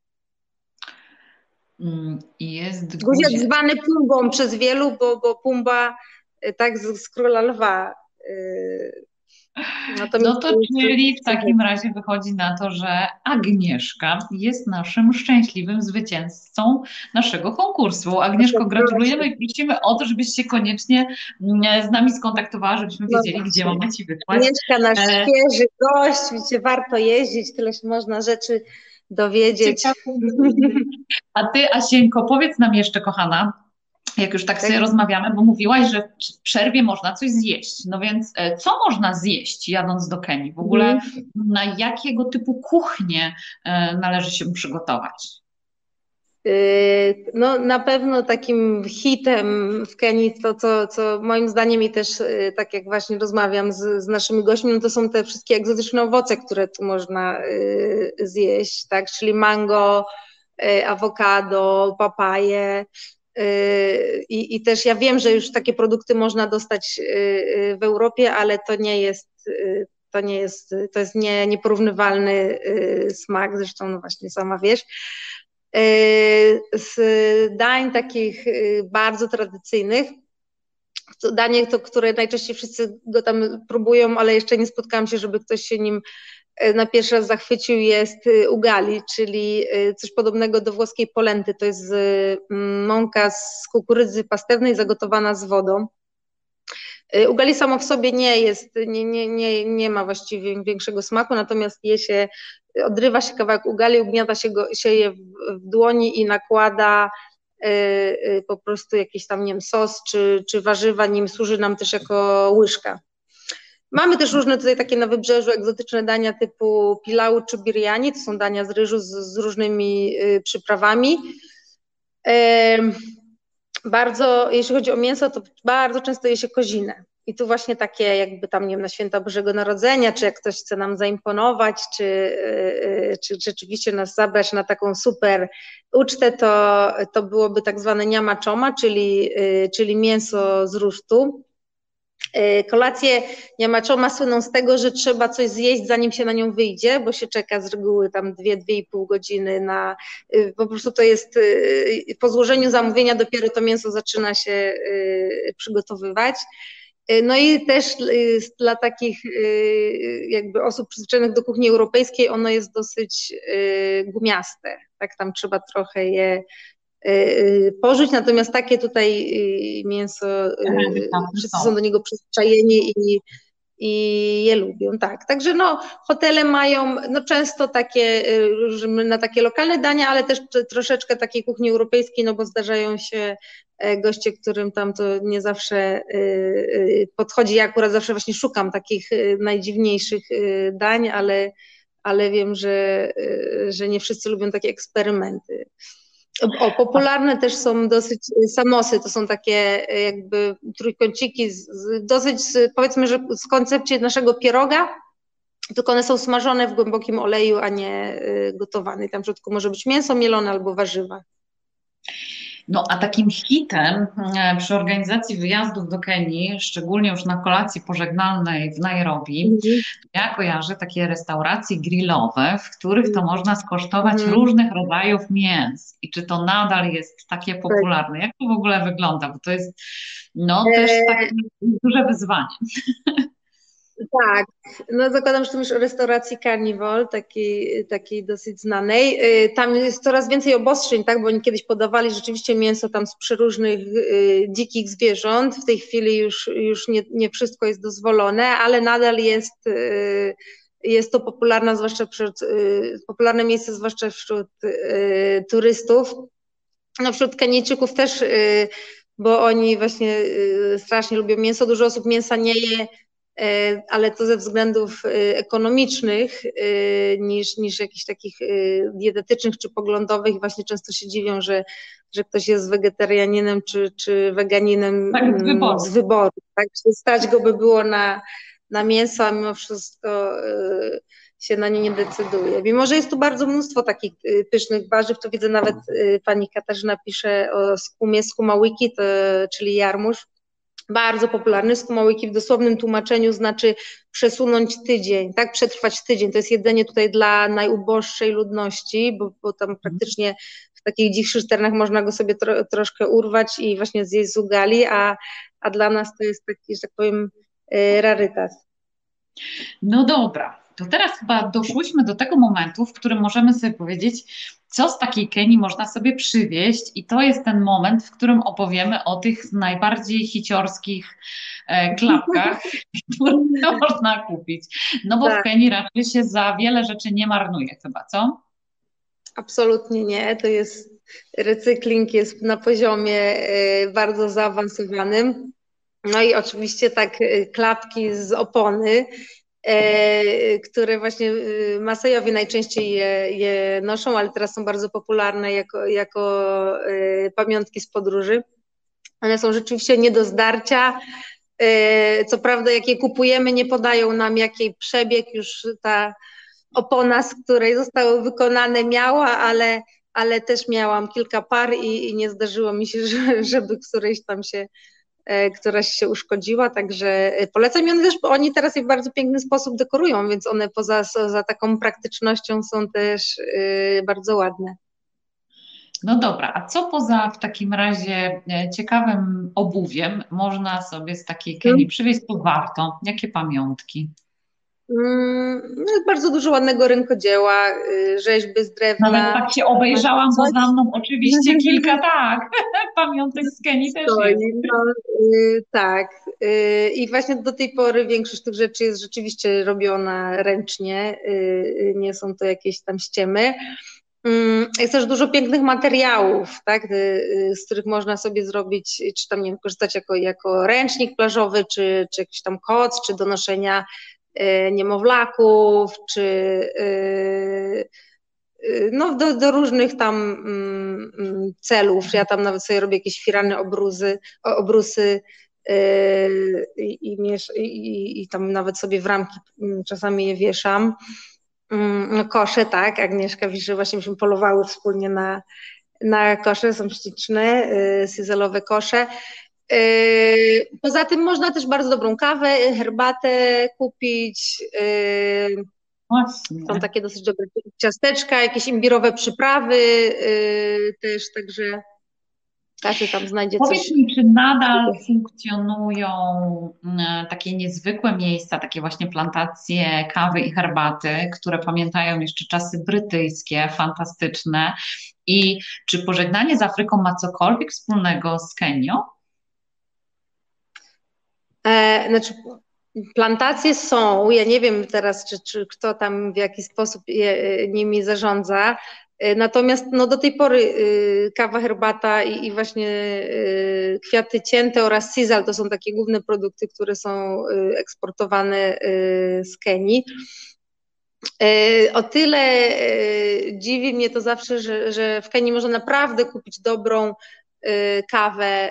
Jest guziec zwany pumbą przez wielu, bo pumba tak z króla lwa. No to czyli w takim razie wychodzi na to, że Agnieszka jest naszym szczęśliwym zwycięzcą naszego konkursu. Agnieszko, gratulujemy i prosimy o to, żebyś się koniecznie z nami skontaktowała, żebyśmy wiedzieli, gdzie mamy Ci wysłać. Agnieszka, nasz świeży gość, widzicie, warto jeździć, tyle się można rzeczy dowiedzieć. A Ty, Asienko, powiedz nam jeszcze, kochana, jak już tak sobie rozmawiamy, bo mówiłaś, że w przerwie można coś zjeść. No więc co można zjeść jadąc do Kenii? W ogóle na jakiego typu kuchnię należy się przygotować? No na pewno takim hitem w Kenii, co moim zdaniem i też tak jak właśnie rozmawiam z naszymi gośćmi, no to są te wszystkie egzotyczne owoce, które tu można zjeść, tak? Czyli mango, awokado, papaje. I też ja wiem, że już takie produkty można dostać w Europie, ale to jest nieporównywalny smak, zresztą no właśnie sama wiesz. Z dań takich bardzo tradycyjnych danie, które najczęściej wszyscy go tam próbują, ale jeszcze nie spotkałam się, żeby ktoś się nim na pierwszy raz zachwycił, jest ugali, czyli coś podobnego do włoskiej polenty. To jest mąka z kukurydzy pastewnej zagotowana z wodą. Ugali samo w sobie nie jest, nie ma właściwie większego smaku, natomiast odrywa się kawałek ugali, ugniata się je w dłoni i nakłada po prostu jakiś tam, nie wiem, sos czy warzywa, nim służy nam też jako łyżka. Mamy też różne tutaj takie na wybrzeżu egzotyczne dania typu pilau czy biryani, to są dania z ryżu z różnymi przyprawami. Bardzo, jeśli chodzi o mięso, to bardzo często je się kozinę. I tu właśnie takie jakby tam, nie wiem, na święta Bożego Narodzenia, czy jak ktoś chce nam zaimponować, czy rzeczywiście nas zabrać na taką super ucztę, to byłoby tak zwane niama choma, czyli mięso z rusztu. Kolacje niama choma słyną z tego, że trzeba coś zjeść, zanim się na nią wyjdzie, bo się czeka z reguły tam 2–2,5 godziny na, po prostu to jest, po złożeniu zamówienia dopiero to mięso zaczyna się przygotowywać. No i też dla takich jakby osób przyzwyczajonych do kuchni europejskiej ono jest dosyć gumiaste, tak, tam trzeba trochę je pożyć, natomiast takie tutaj mięso, wszyscy są do niego przyzwyczajeni i je lubią, tak. Także no, hotele mają no, często takie, na takie lokalne dania, ale też troszeczkę takiej kuchni europejskiej, no bo zdarzają się goście, którym tam to nie zawsze podchodzi. Ja akurat zawsze właśnie szukam takich najdziwniejszych dań, ale wiem, że nie wszyscy lubią takie eksperymenty. Popularne też są dosyć samosy, to są takie jakby trójkąciki, dosyć powiedzmy, że z koncepcji naszego pieroga, tylko one są smażone w głębokim oleju, a nie gotowane. Tam w środku może być mięso mielone albo warzywa. No a takim hitem przy organizacji wyjazdów do Kenii, szczególnie już na kolacji pożegnalnej w Nairobi, ja kojarzę takie restauracje grillowe, w których to można skosztować różnych rodzajów mięs. I czy to nadal jest takie popularne? Jak to w ogóle wygląda? Bo to jest no też takie duże wyzwanie. Tak, no zakładam, że to już o restauracji Carnival, takiej dosyć znanej. Tam jest coraz więcej obostrzeń, tak, bo oni kiedyś podawali rzeczywiście mięso tam z przeróżnych dzikich zwierząt. W tej chwili już nie wszystko jest dozwolone, ale nadal jest to popularne miejsce, zwłaszcza wśród turystów. No wśród Kenijczyków też, bo oni właśnie strasznie lubią mięso. Dużo osób mięsa nie je, ale to ze względów ekonomicznych niż jakichś takich dietetycznych czy poglądowych. Właśnie często się dziwią, że ktoś jest wegetarianinem czy weganinem tak, z wyboru. Tak? Stać go by było na mięso, a mimo wszystko się na nie nie decyduje. Mimo że jest tu bardzo mnóstwo takich pysznych warzyw, to widzę nawet pani Katarzyna pisze o skumie, skumawiki, czyli jarmuż. Bardzo popularny. Skumawiki w dosłownym tłumaczeniu znaczy przesunąć tydzień, tak? Przetrwać tydzień. To jest jedzenie tutaj dla najuboższej ludności, bo tam praktycznie w takich dziwszych terenach można go sobie troszkę urwać i właśnie zjeść z ugali, a dla nas to jest taki, że tak powiem, rarytas. No dobra. To teraz chyba doszłyśmy do tego momentu, w którym możemy sobie powiedzieć, co z takiej Kenii można sobie przywieźć, i to jest ten moment, w którym opowiemy o tych najbardziej hiciorskich klapkach, które można kupić. No bo w Kenii raczej się za wiele rzeczy nie marnuje chyba, co? Absolutnie nie. To jest, recykling jest na poziomie bardzo zaawansowanym. No i oczywiście tak klapki z opony, które właśnie Masajowie najczęściej je noszą, ale teraz są bardzo popularne jako pamiątki z podróży. One są rzeczywiście nie do zdarcia. Co prawda, jak je kupujemy, nie podają nam, jaki przebieg już ta opona, z której zostały wykonane, miała, ale też miałam kilka par i nie zdarzyło mi się, żeby któraś się uszkodziła, także polecam. I oni teraz je w bardzo piękny sposób dekorują, więc one poza taką praktycznością są też bardzo ładne. No dobra, a co poza w takim razie ciekawym obuwiem można sobie z takiej Kenii przywieźć, to warto? Jakie pamiątki? No jest bardzo dużo ładnego rękodzieła, rzeźby z Nawet drewna. tak się Masz obejrzałam, bo za coś? mną oczywiście kilka, tak, pamiątek z Kenii też Stoi, jest. no, tak. I właśnie do tej pory większość tych rzeczy jest rzeczywiście robiona ręcznie, nie są to jakieś tam ściemy. Jest też dużo pięknych materiałów, tak, z których można sobie zrobić, czy tam nie wiem, korzystać jako ręcznik plażowy, czy jakiś tam koc, czy do noszenia niemowlaków, czy no, do różnych tam celów. Ja tam nawet sobie robię jakieś firany obrusy i tam nawet sobie w ramki czasami je wieszam. No, kosze, tak, Agnieszka widzi, że właśnie myśmy polowały wspólnie na kosze, są śliczne, sizelowe kosze. Poza tym można też bardzo dobrą kawę, herbatę kupić. Są Właśnie. takie dosyć dobre ciasteczka, jakieś imbirowe przyprawy też, także każdy tam znajdzie Powiedz coś. mi, czy nadal funkcjonują takie niezwykłe miejsca, takie właśnie plantacje kawy i herbaty, które pamiętają jeszcze czasy brytyjskie, fantastyczne. I czy pożegnanie z Afryką ma cokolwiek wspólnego z Kenią? Znaczy, plantacje są, ja nie wiem teraz, czy kto tam w jaki sposób nimi zarządza, natomiast no, do tej pory kawa, herbata i właśnie kwiaty cięte oraz sisal to są takie główne produkty, które są eksportowane z Kenii. O tyle dziwi mnie to zawsze, że w Kenii można naprawdę kupić dobrą kawę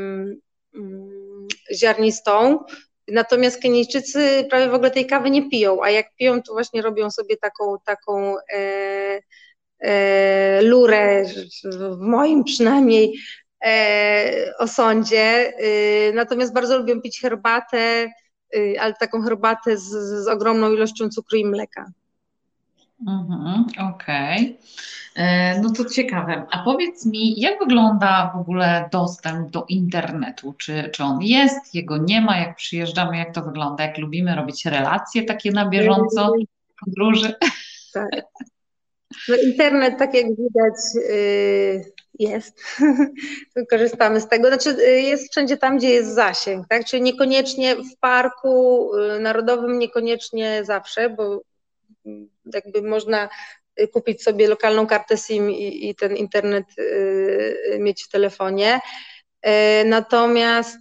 ziarnistą, natomiast Kenijczycy prawie w ogóle tej kawy nie piją, a jak piją, to właśnie robią sobie taką lurę, w moim przynajmniej osądzie, natomiast bardzo lubią pić herbatę, ale taką herbatę z ogromną ilością cukru i mleka. Mhm, okej. No to ciekawe. A powiedz mi, jak wygląda w ogóle dostęp do internetu? Czy on jest, jego nie ma? Jak przyjeżdżamy, jak to wygląda? Jak lubimy robić relacje takie na bieżąco w podróży? Tak. No internet, tak jak widać, jest. Korzystamy z tego. Znaczy, jest wszędzie tam, gdzie jest zasięg, tak? Czyli niekoniecznie w parku narodowym, niekoniecznie zawsze, bo jakby można kupić sobie lokalną kartę SIM i ten internet mieć w telefonie. Natomiast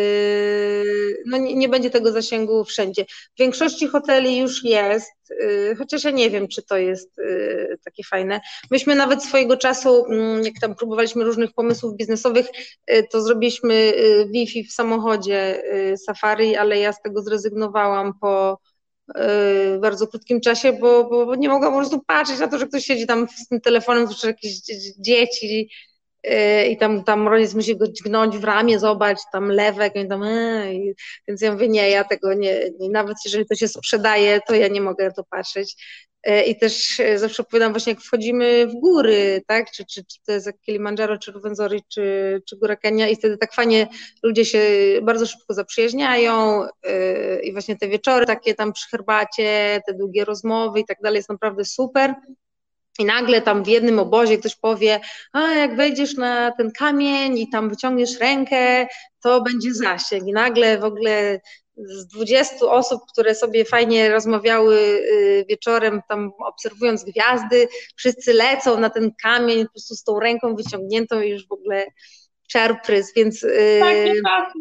no nie będzie tego zasięgu wszędzie. W większości hoteli już jest, chociaż ja nie wiem, czy to jest takie fajne. Myśmy nawet swojego czasu, jak tam próbowaliśmy różnych pomysłów biznesowych, to zrobiliśmy Wi-Fi w samochodzie Safari, ale ja z tego zrezygnowałam po bardzo krótkim czasie, bo nie mogłam po prostu patrzeć na to, że ktoś siedzi tam z tym telefonem, zwłaszcza jakieś dzieci i tam rodzic musi go dźgnąć w ramię, zobacz, tam lewek, i tam, więc ja mówię, nie, ja tego nie, nawet jeżeli to się sprzedaje, to ja nie mogę na to patrzeć. I też zawsze opowiadam właśnie, jak wchodzimy w góry, tak, czy to jest jak Kilimandżaro, czy Ruwenzori, czy Góra Kenia i wtedy tak fajnie ludzie się bardzo szybko zaprzyjaźniają i właśnie te wieczory takie tam przy herbacie, te długie rozmowy i tak dalej jest naprawdę super. I nagle tam w jednym obozie ktoś powie, a jak wejdziesz na ten kamień i tam wyciągniesz rękę, to będzie zasięg. I nagle w ogóle z 20 osób, które sobie fajnie rozmawiały wieczorem, tam obserwując gwiazdy, wszyscy lecą na ten kamień po prostu z tą ręką wyciągniętą i już w ogóle czarprys, więc Takie czasy.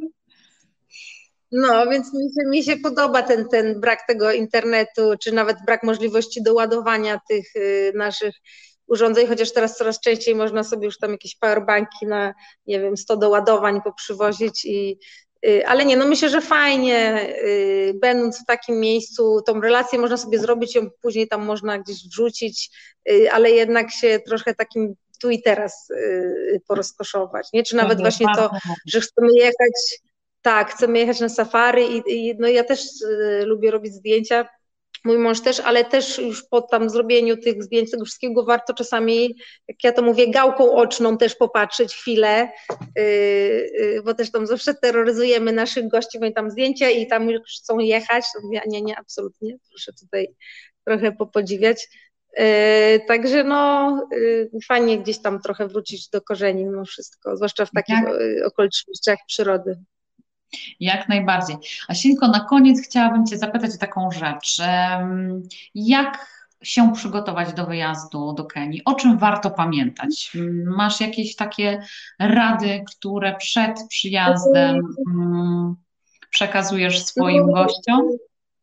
no, więc mi się podoba ten brak tego internetu, czy nawet brak możliwości doładowania tych naszych urządzeń, chociaż teraz coraz częściej można sobie już tam jakieś powerbanki na, nie wiem, 100 doładowań poprzywozić ale nie, no myślę, że fajnie, będąc w takim miejscu, tą relację można sobie zrobić, ją później tam można gdzieś wrzucić, ale jednak się trochę takim tu i teraz porozkoszować, nie? Czy To nawet jest właśnie to, bardzo. że chcemy jechać, tak, chcemy jechać na safari no ja też lubię robić zdjęcia, mój mąż też, ale też już po tam zrobieniu tych zdjęć, tego wszystkiego warto czasami, jak ja to mówię, gałką oczną też popatrzeć chwilę, bo też tam zawsze terroryzujemy naszych gości, mają tam zdjęcia i tam już chcą jechać, to mówię, nie, absolutnie, proszę tutaj trochę popodziwiać. Także no fajnie gdzieś tam trochę wrócić do korzeni mimo wszystko, zwłaszcza w takich okolicznościach przyrody. Jak najbardziej. Asieńko, na koniec chciałabym Cię zapytać o taką rzecz. Jak się przygotować do wyjazdu do Kenii? O czym warto pamiętać? Masz jakieś takie rady, które przed przyjazdem przekazujesz swoim gościom?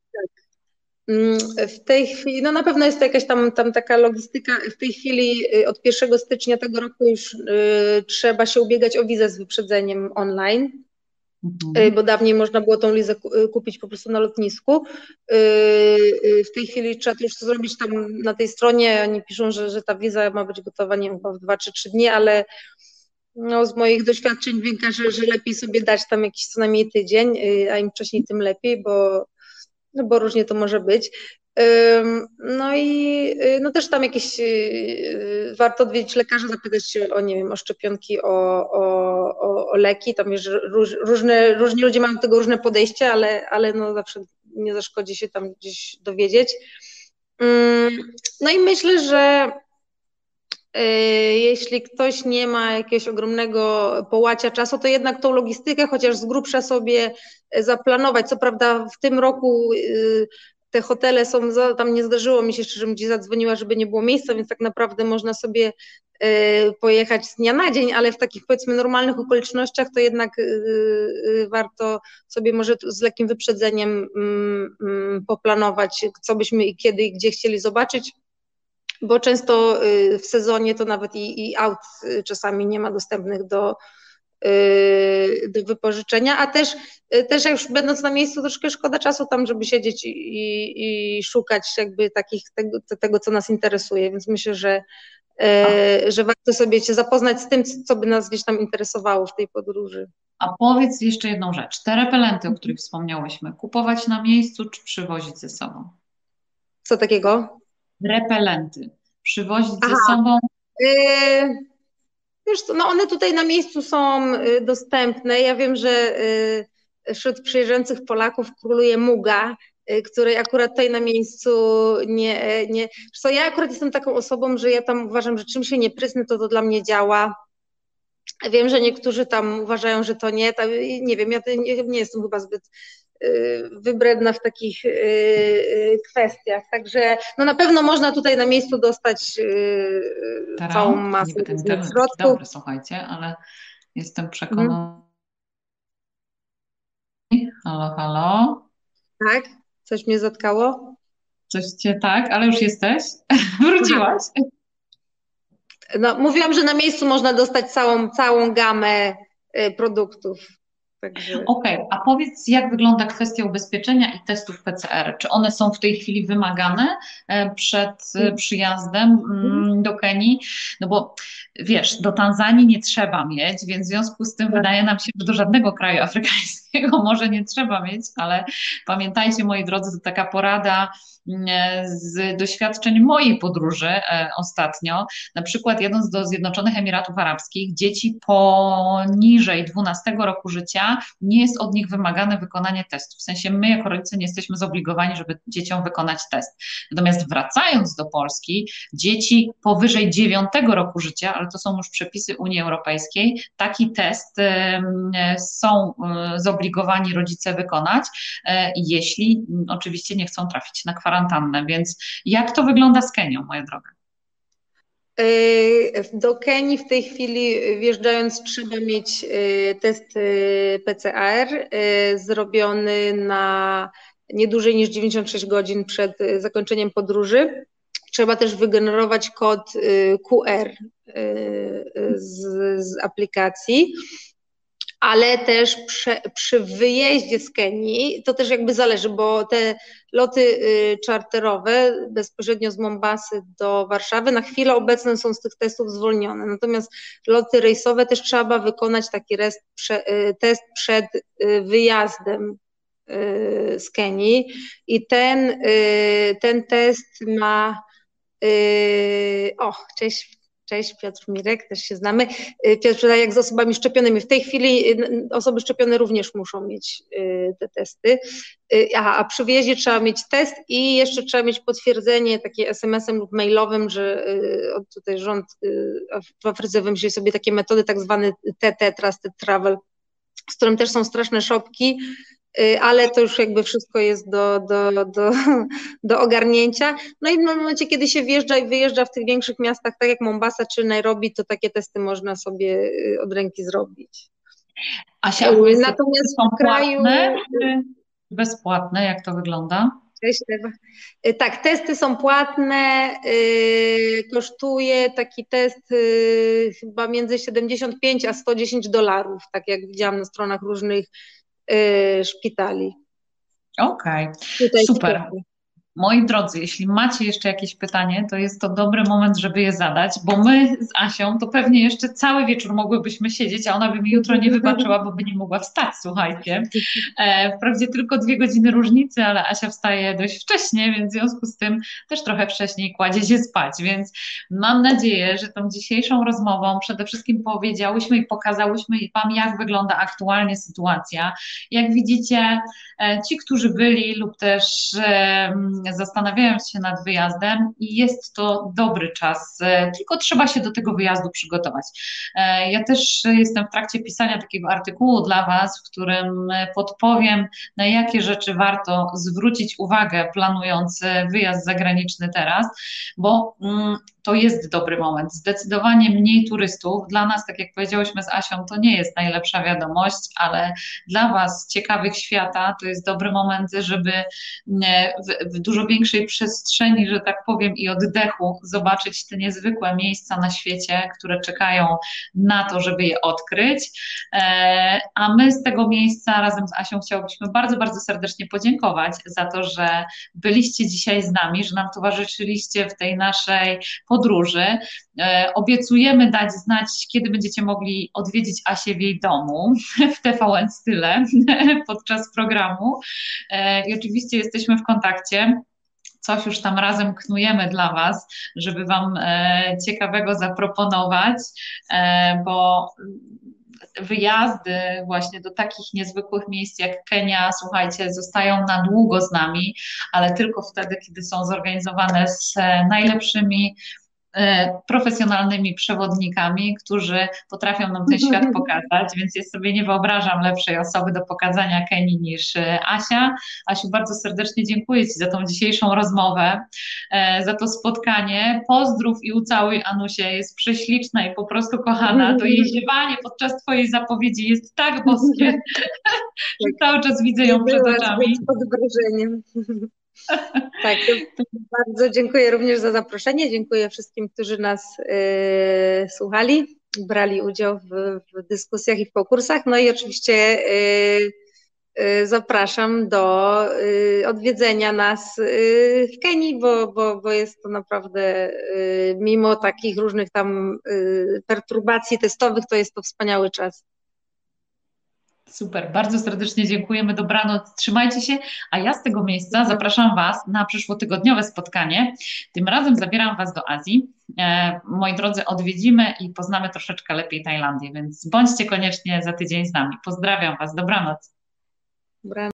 W tej chwili, no na pewno jest to jakaś tam taka logistyka. W tej chwili od 1 stycznia tego roku już trzeba się ubiegać o wizę z wyprzedzeniem online, bo dawniej można było tą wizę kupić po prostu na lotnisku. W tej chwili trzeba to już zrobić tam na tej stronie. Oni piszą, że ta wiza ma być gotowa, nie wiem, w 2 czy 3 dni, ale no, z moich doświadczeń wynika, że lepiej sobie dać tam jakiś co najmniej tydzień, a im wcześniej, tym lepiej, bo różnie to może być. No i no też tam jakieś warto odwiedzić lekarza, zapytać się o, nie wiem, o szczepionki, o leki. Tam wiesz, różni ludzie mają do tego różne podejście, ale no zawsze nie zaszkodzi się tam gdzieś dowiedzieć. No i myślę, że jeśli ktoś nie ma jakiegoś ogromnego połacia czasu, to jednak tą logistykę chociaż z grubsza sobie zaplanować. Co prawda w tym roku te hotele są, tam nie zdarzyło mi się jeszcze, żebym gdzieś zadzwoniła, żeby nie było miejsca, więc tak naprawdę można sobie pojechać z dnia na dzień, ale w takich powiedzmy normalnych okolicznościach to jednak warto sobie może z lekkim wyprzedzeniem poplanować, co byśmy i kiedy i gdzie chcieli zobaczyć, bo często w sezonie to nawet i aut czasami nie ma dostępnych do wypożyczenia, a też jak już będąc na miejscu troszkę szkoda czasu tam, żeby siedzieć i szukać jakby tego, co nas interesuje, więc myślę, że warto sobie się zapoznać z tym, co by nas gdzieś tam interesowało w tej podróży. A powiedz jeszcze jedną rzecz. Te repelenty, o których wspomniałyśmy, kupować na miejscu czy przywozić ze sobą? Co takiego? Repelenty. Przywozić ze sobą? Wiesz co, no one tutaj na miejscu są dostępne. Ja wiem, że wśród przyjeżdżających Polaków króluje muga, której akurat tutaj na miejscu nie. Wiesz co, ja akurat jestem taką osobą, że ja tam uważam, że czym się nie prysnę, to dla mnie działa. Wiem, że niektórzy tam uważają, że to nie. Nie wiem, ja nie jestem chyba zbyt wybredna w takich kwestiach. Także no na pewno można tutaj na miejscu dostać całą masę środków. Dobry, słuchajcie, ale jestem przekonana. Halo, halo. Tak? Coś mnie zatkało? Coś cię tak, ale już jesteś? Wróciłaś? No, mówiłam, że na miejscu można dostać całą gamę produktów. Okej, a powiedz, jak wygląda kwestia ubezpieczenia i testów PCR? Czy one są w tej chwili wymagane przed przyjazdem do Kenii? No bo wiesz, do Tanzanii nie trzeba mieć, więc w związku z tym wydaje nam się, że do żadnego kraju afrykańskiego może nie trzeba mieć, ale pamiętajcie, moi drodzy, to taka porada z doświadczeń mojej podróży ostatnio. Na przykład jedąc do Zjednoczonych Emiratów Arabskich, dzieci poniżej 12 roku życia nie jest od nich wymagane wykonanie testu. W sensie my jako rodzice nie jesteśmy zobligowani, żeby dzieciom wykonać test. Natomiast wracając do Polski, dzieci powyżej 9 roku życia, ale to są już przepisy Unii Europejskiej, taki test są zobligowani rodzice wykonać, jeśli oczywiście nie chcą trafić na kwarantannę. Więc jak to wygląda z Kenią, moja droga? Do Kenii w tej chwili wjeżdżając trzeba mieć test PCR zrobiony na nie dłużej niż 96 godzin przed zakończeniem podróży. Trzeba też wygenerować kod QR z aplikacji. Ale też przy wyjeździe z Kenii, to też jakby zależy, bo te loty czarterowe bezpośrednio z Mombasy do Warszawy na chwilę obecną są z tych testów zwolnione. Natomiast loty rejsowe też trzeba wykonać taki test przed wyjazdem z Kenii i ten test ma, cześć Piotr Mirek, też się znamy. Piotr pyta, jak z osobami szczepionymi. W tej chwili osoby szczepione również muszą mieć te testy. A przy wyjeździe trzeba mieć test i jeszcze trzeba mieć potwierdzenie takie SMS-em lub mailowym, że tutaj rząd w Afryce wymyślił sobie takie metody, tak zwane TT, Trusted Travel, z którym też są straszne szopki, ale to już jakby wszystko jest do ogarnięcia. No i w momencie, kiedy się wjeżdża i wyjeżdża w tych większych miastach, tak jak Mombasa czy Nairobi, to takie testy można sobie od ręki zrobić. Asia, powiedz, natomiast są w kraju... płatne czy bezpłatne? Jak to wygląda? Cześć, Ewa. Tak, testy są płatne, kosztuje taki test chyba między 75 a $110, tak jak widziałam na stronach różnych szpitali. Okej, super. Moi drodzy, jeśli macie jeszcze jakieś pytanie, to jest to dobry moment, żeby je zadać, bo my z Asią to pewnie jeszcze cały wieczór mogłybyśmy siedzieć, a ona by mi jutro nie wybaczyła, bo by nie mogła wstać, słuchajcie. Wprawdzie tylko 2 godziny różnicy, ale Asia wstaje dość wcześnie, więc w związku z tym też trochę wcześniej kładzie się spać, więc mam nadzieję, że tą dzisiejszą rozmową przede wszystkim powiedziałyśmy i pokazałyśmy Wam, jak wygląda aktualnie sytuacja. Jak widzicie, ci, którzy byli lub też zastanawiając się nad wyjazdem i jest to dobry czas, tylko trzeba się do tego wyjazdu przygotować. Ja też jestem w trakcie pisania takiego artykułu dla Was, w którym podpowiem, na jakie rzeczy warto zwrócić uwagę, planując wyjazd zagraniczny teraz, bo to jest dobry moment. Zdecydowanie mniej turystów. Dla nas, tak jak powiedziałyśmy z Asią, to nie jest najlepsza wiadomość, ale dla Was, ciekawych świata, to jest dobry moment, żeby w dużo większej przestrzeni, że tak powiem, i oddechu zobaczyć te niezwykłe miejsca na świecie, które czekają na to, żeby je odkryć. A my z tego miejsca razem z Asią chciałybyśmy bardzo, bardzo serdecznie podziękować za to, że byliście dzisiaj z nami, że nam towarzyszyliście w tej naszej podróży. Obiecujemy dać znać, kiedy będziecie mogli odwiedzić Asię w jej domu w TVN Style podczas programu. I oczywiście jesteśmy w kontakcie. Coś już tam razem knujemy dla Was, żeby Wam ciekawego zaproponować, bo wyjazdy właśnie do takich niezwykłych miejsc jak Kenia, słuchajcie, zostają na długo z nami, ale tylko wtedy, kiedy są zorganizowane z najlepszymi profesjonalnymi przewodnikami, którzy potrafią nam ten świat pokazać, więc ja sobie nie wyobrażam lepszej osoby do pokazania Kenii niż Asia. Asiu, bardzo serdecznie dziękuję Ci za tą dzisiejszą rozmowę, za to spotkanie. Pozdrów i ucałuj Anusię, jest prześliczna i po prostu kochana. To jej ziewanie podczas Twojej zapowiedzi jest tak boskie, że cały czas widzę ją przed oczami. Pod wrażeniem. Tak, bardzo dziękuję również za zaproszenie. Dziękuję wszystkim, którzy nas słuchali, brali udział w dyskusjach i w konkursach. No i oczywiście zapraszam do odwiedzenia nas w Kenii, bo jest to naprawdę, mimo takich różnych tam perturbacji testowych, to jest to wspaniały czas. Super, bardzo serdecznie dziękujemy, dobranoc, trzymajcie się, a ja z tego miejsca zapraszam Was na przyszłotygodniowe spotkanie. Tym razem zabieram Was do Azji. Moi drodzy, odwiedzimy i poznamy troszeczkę lepiej Tajlandię, więc bądźcie koniecznie za tydzień z nami. Pozdrawiam Was, dobranoc. Dobranoc.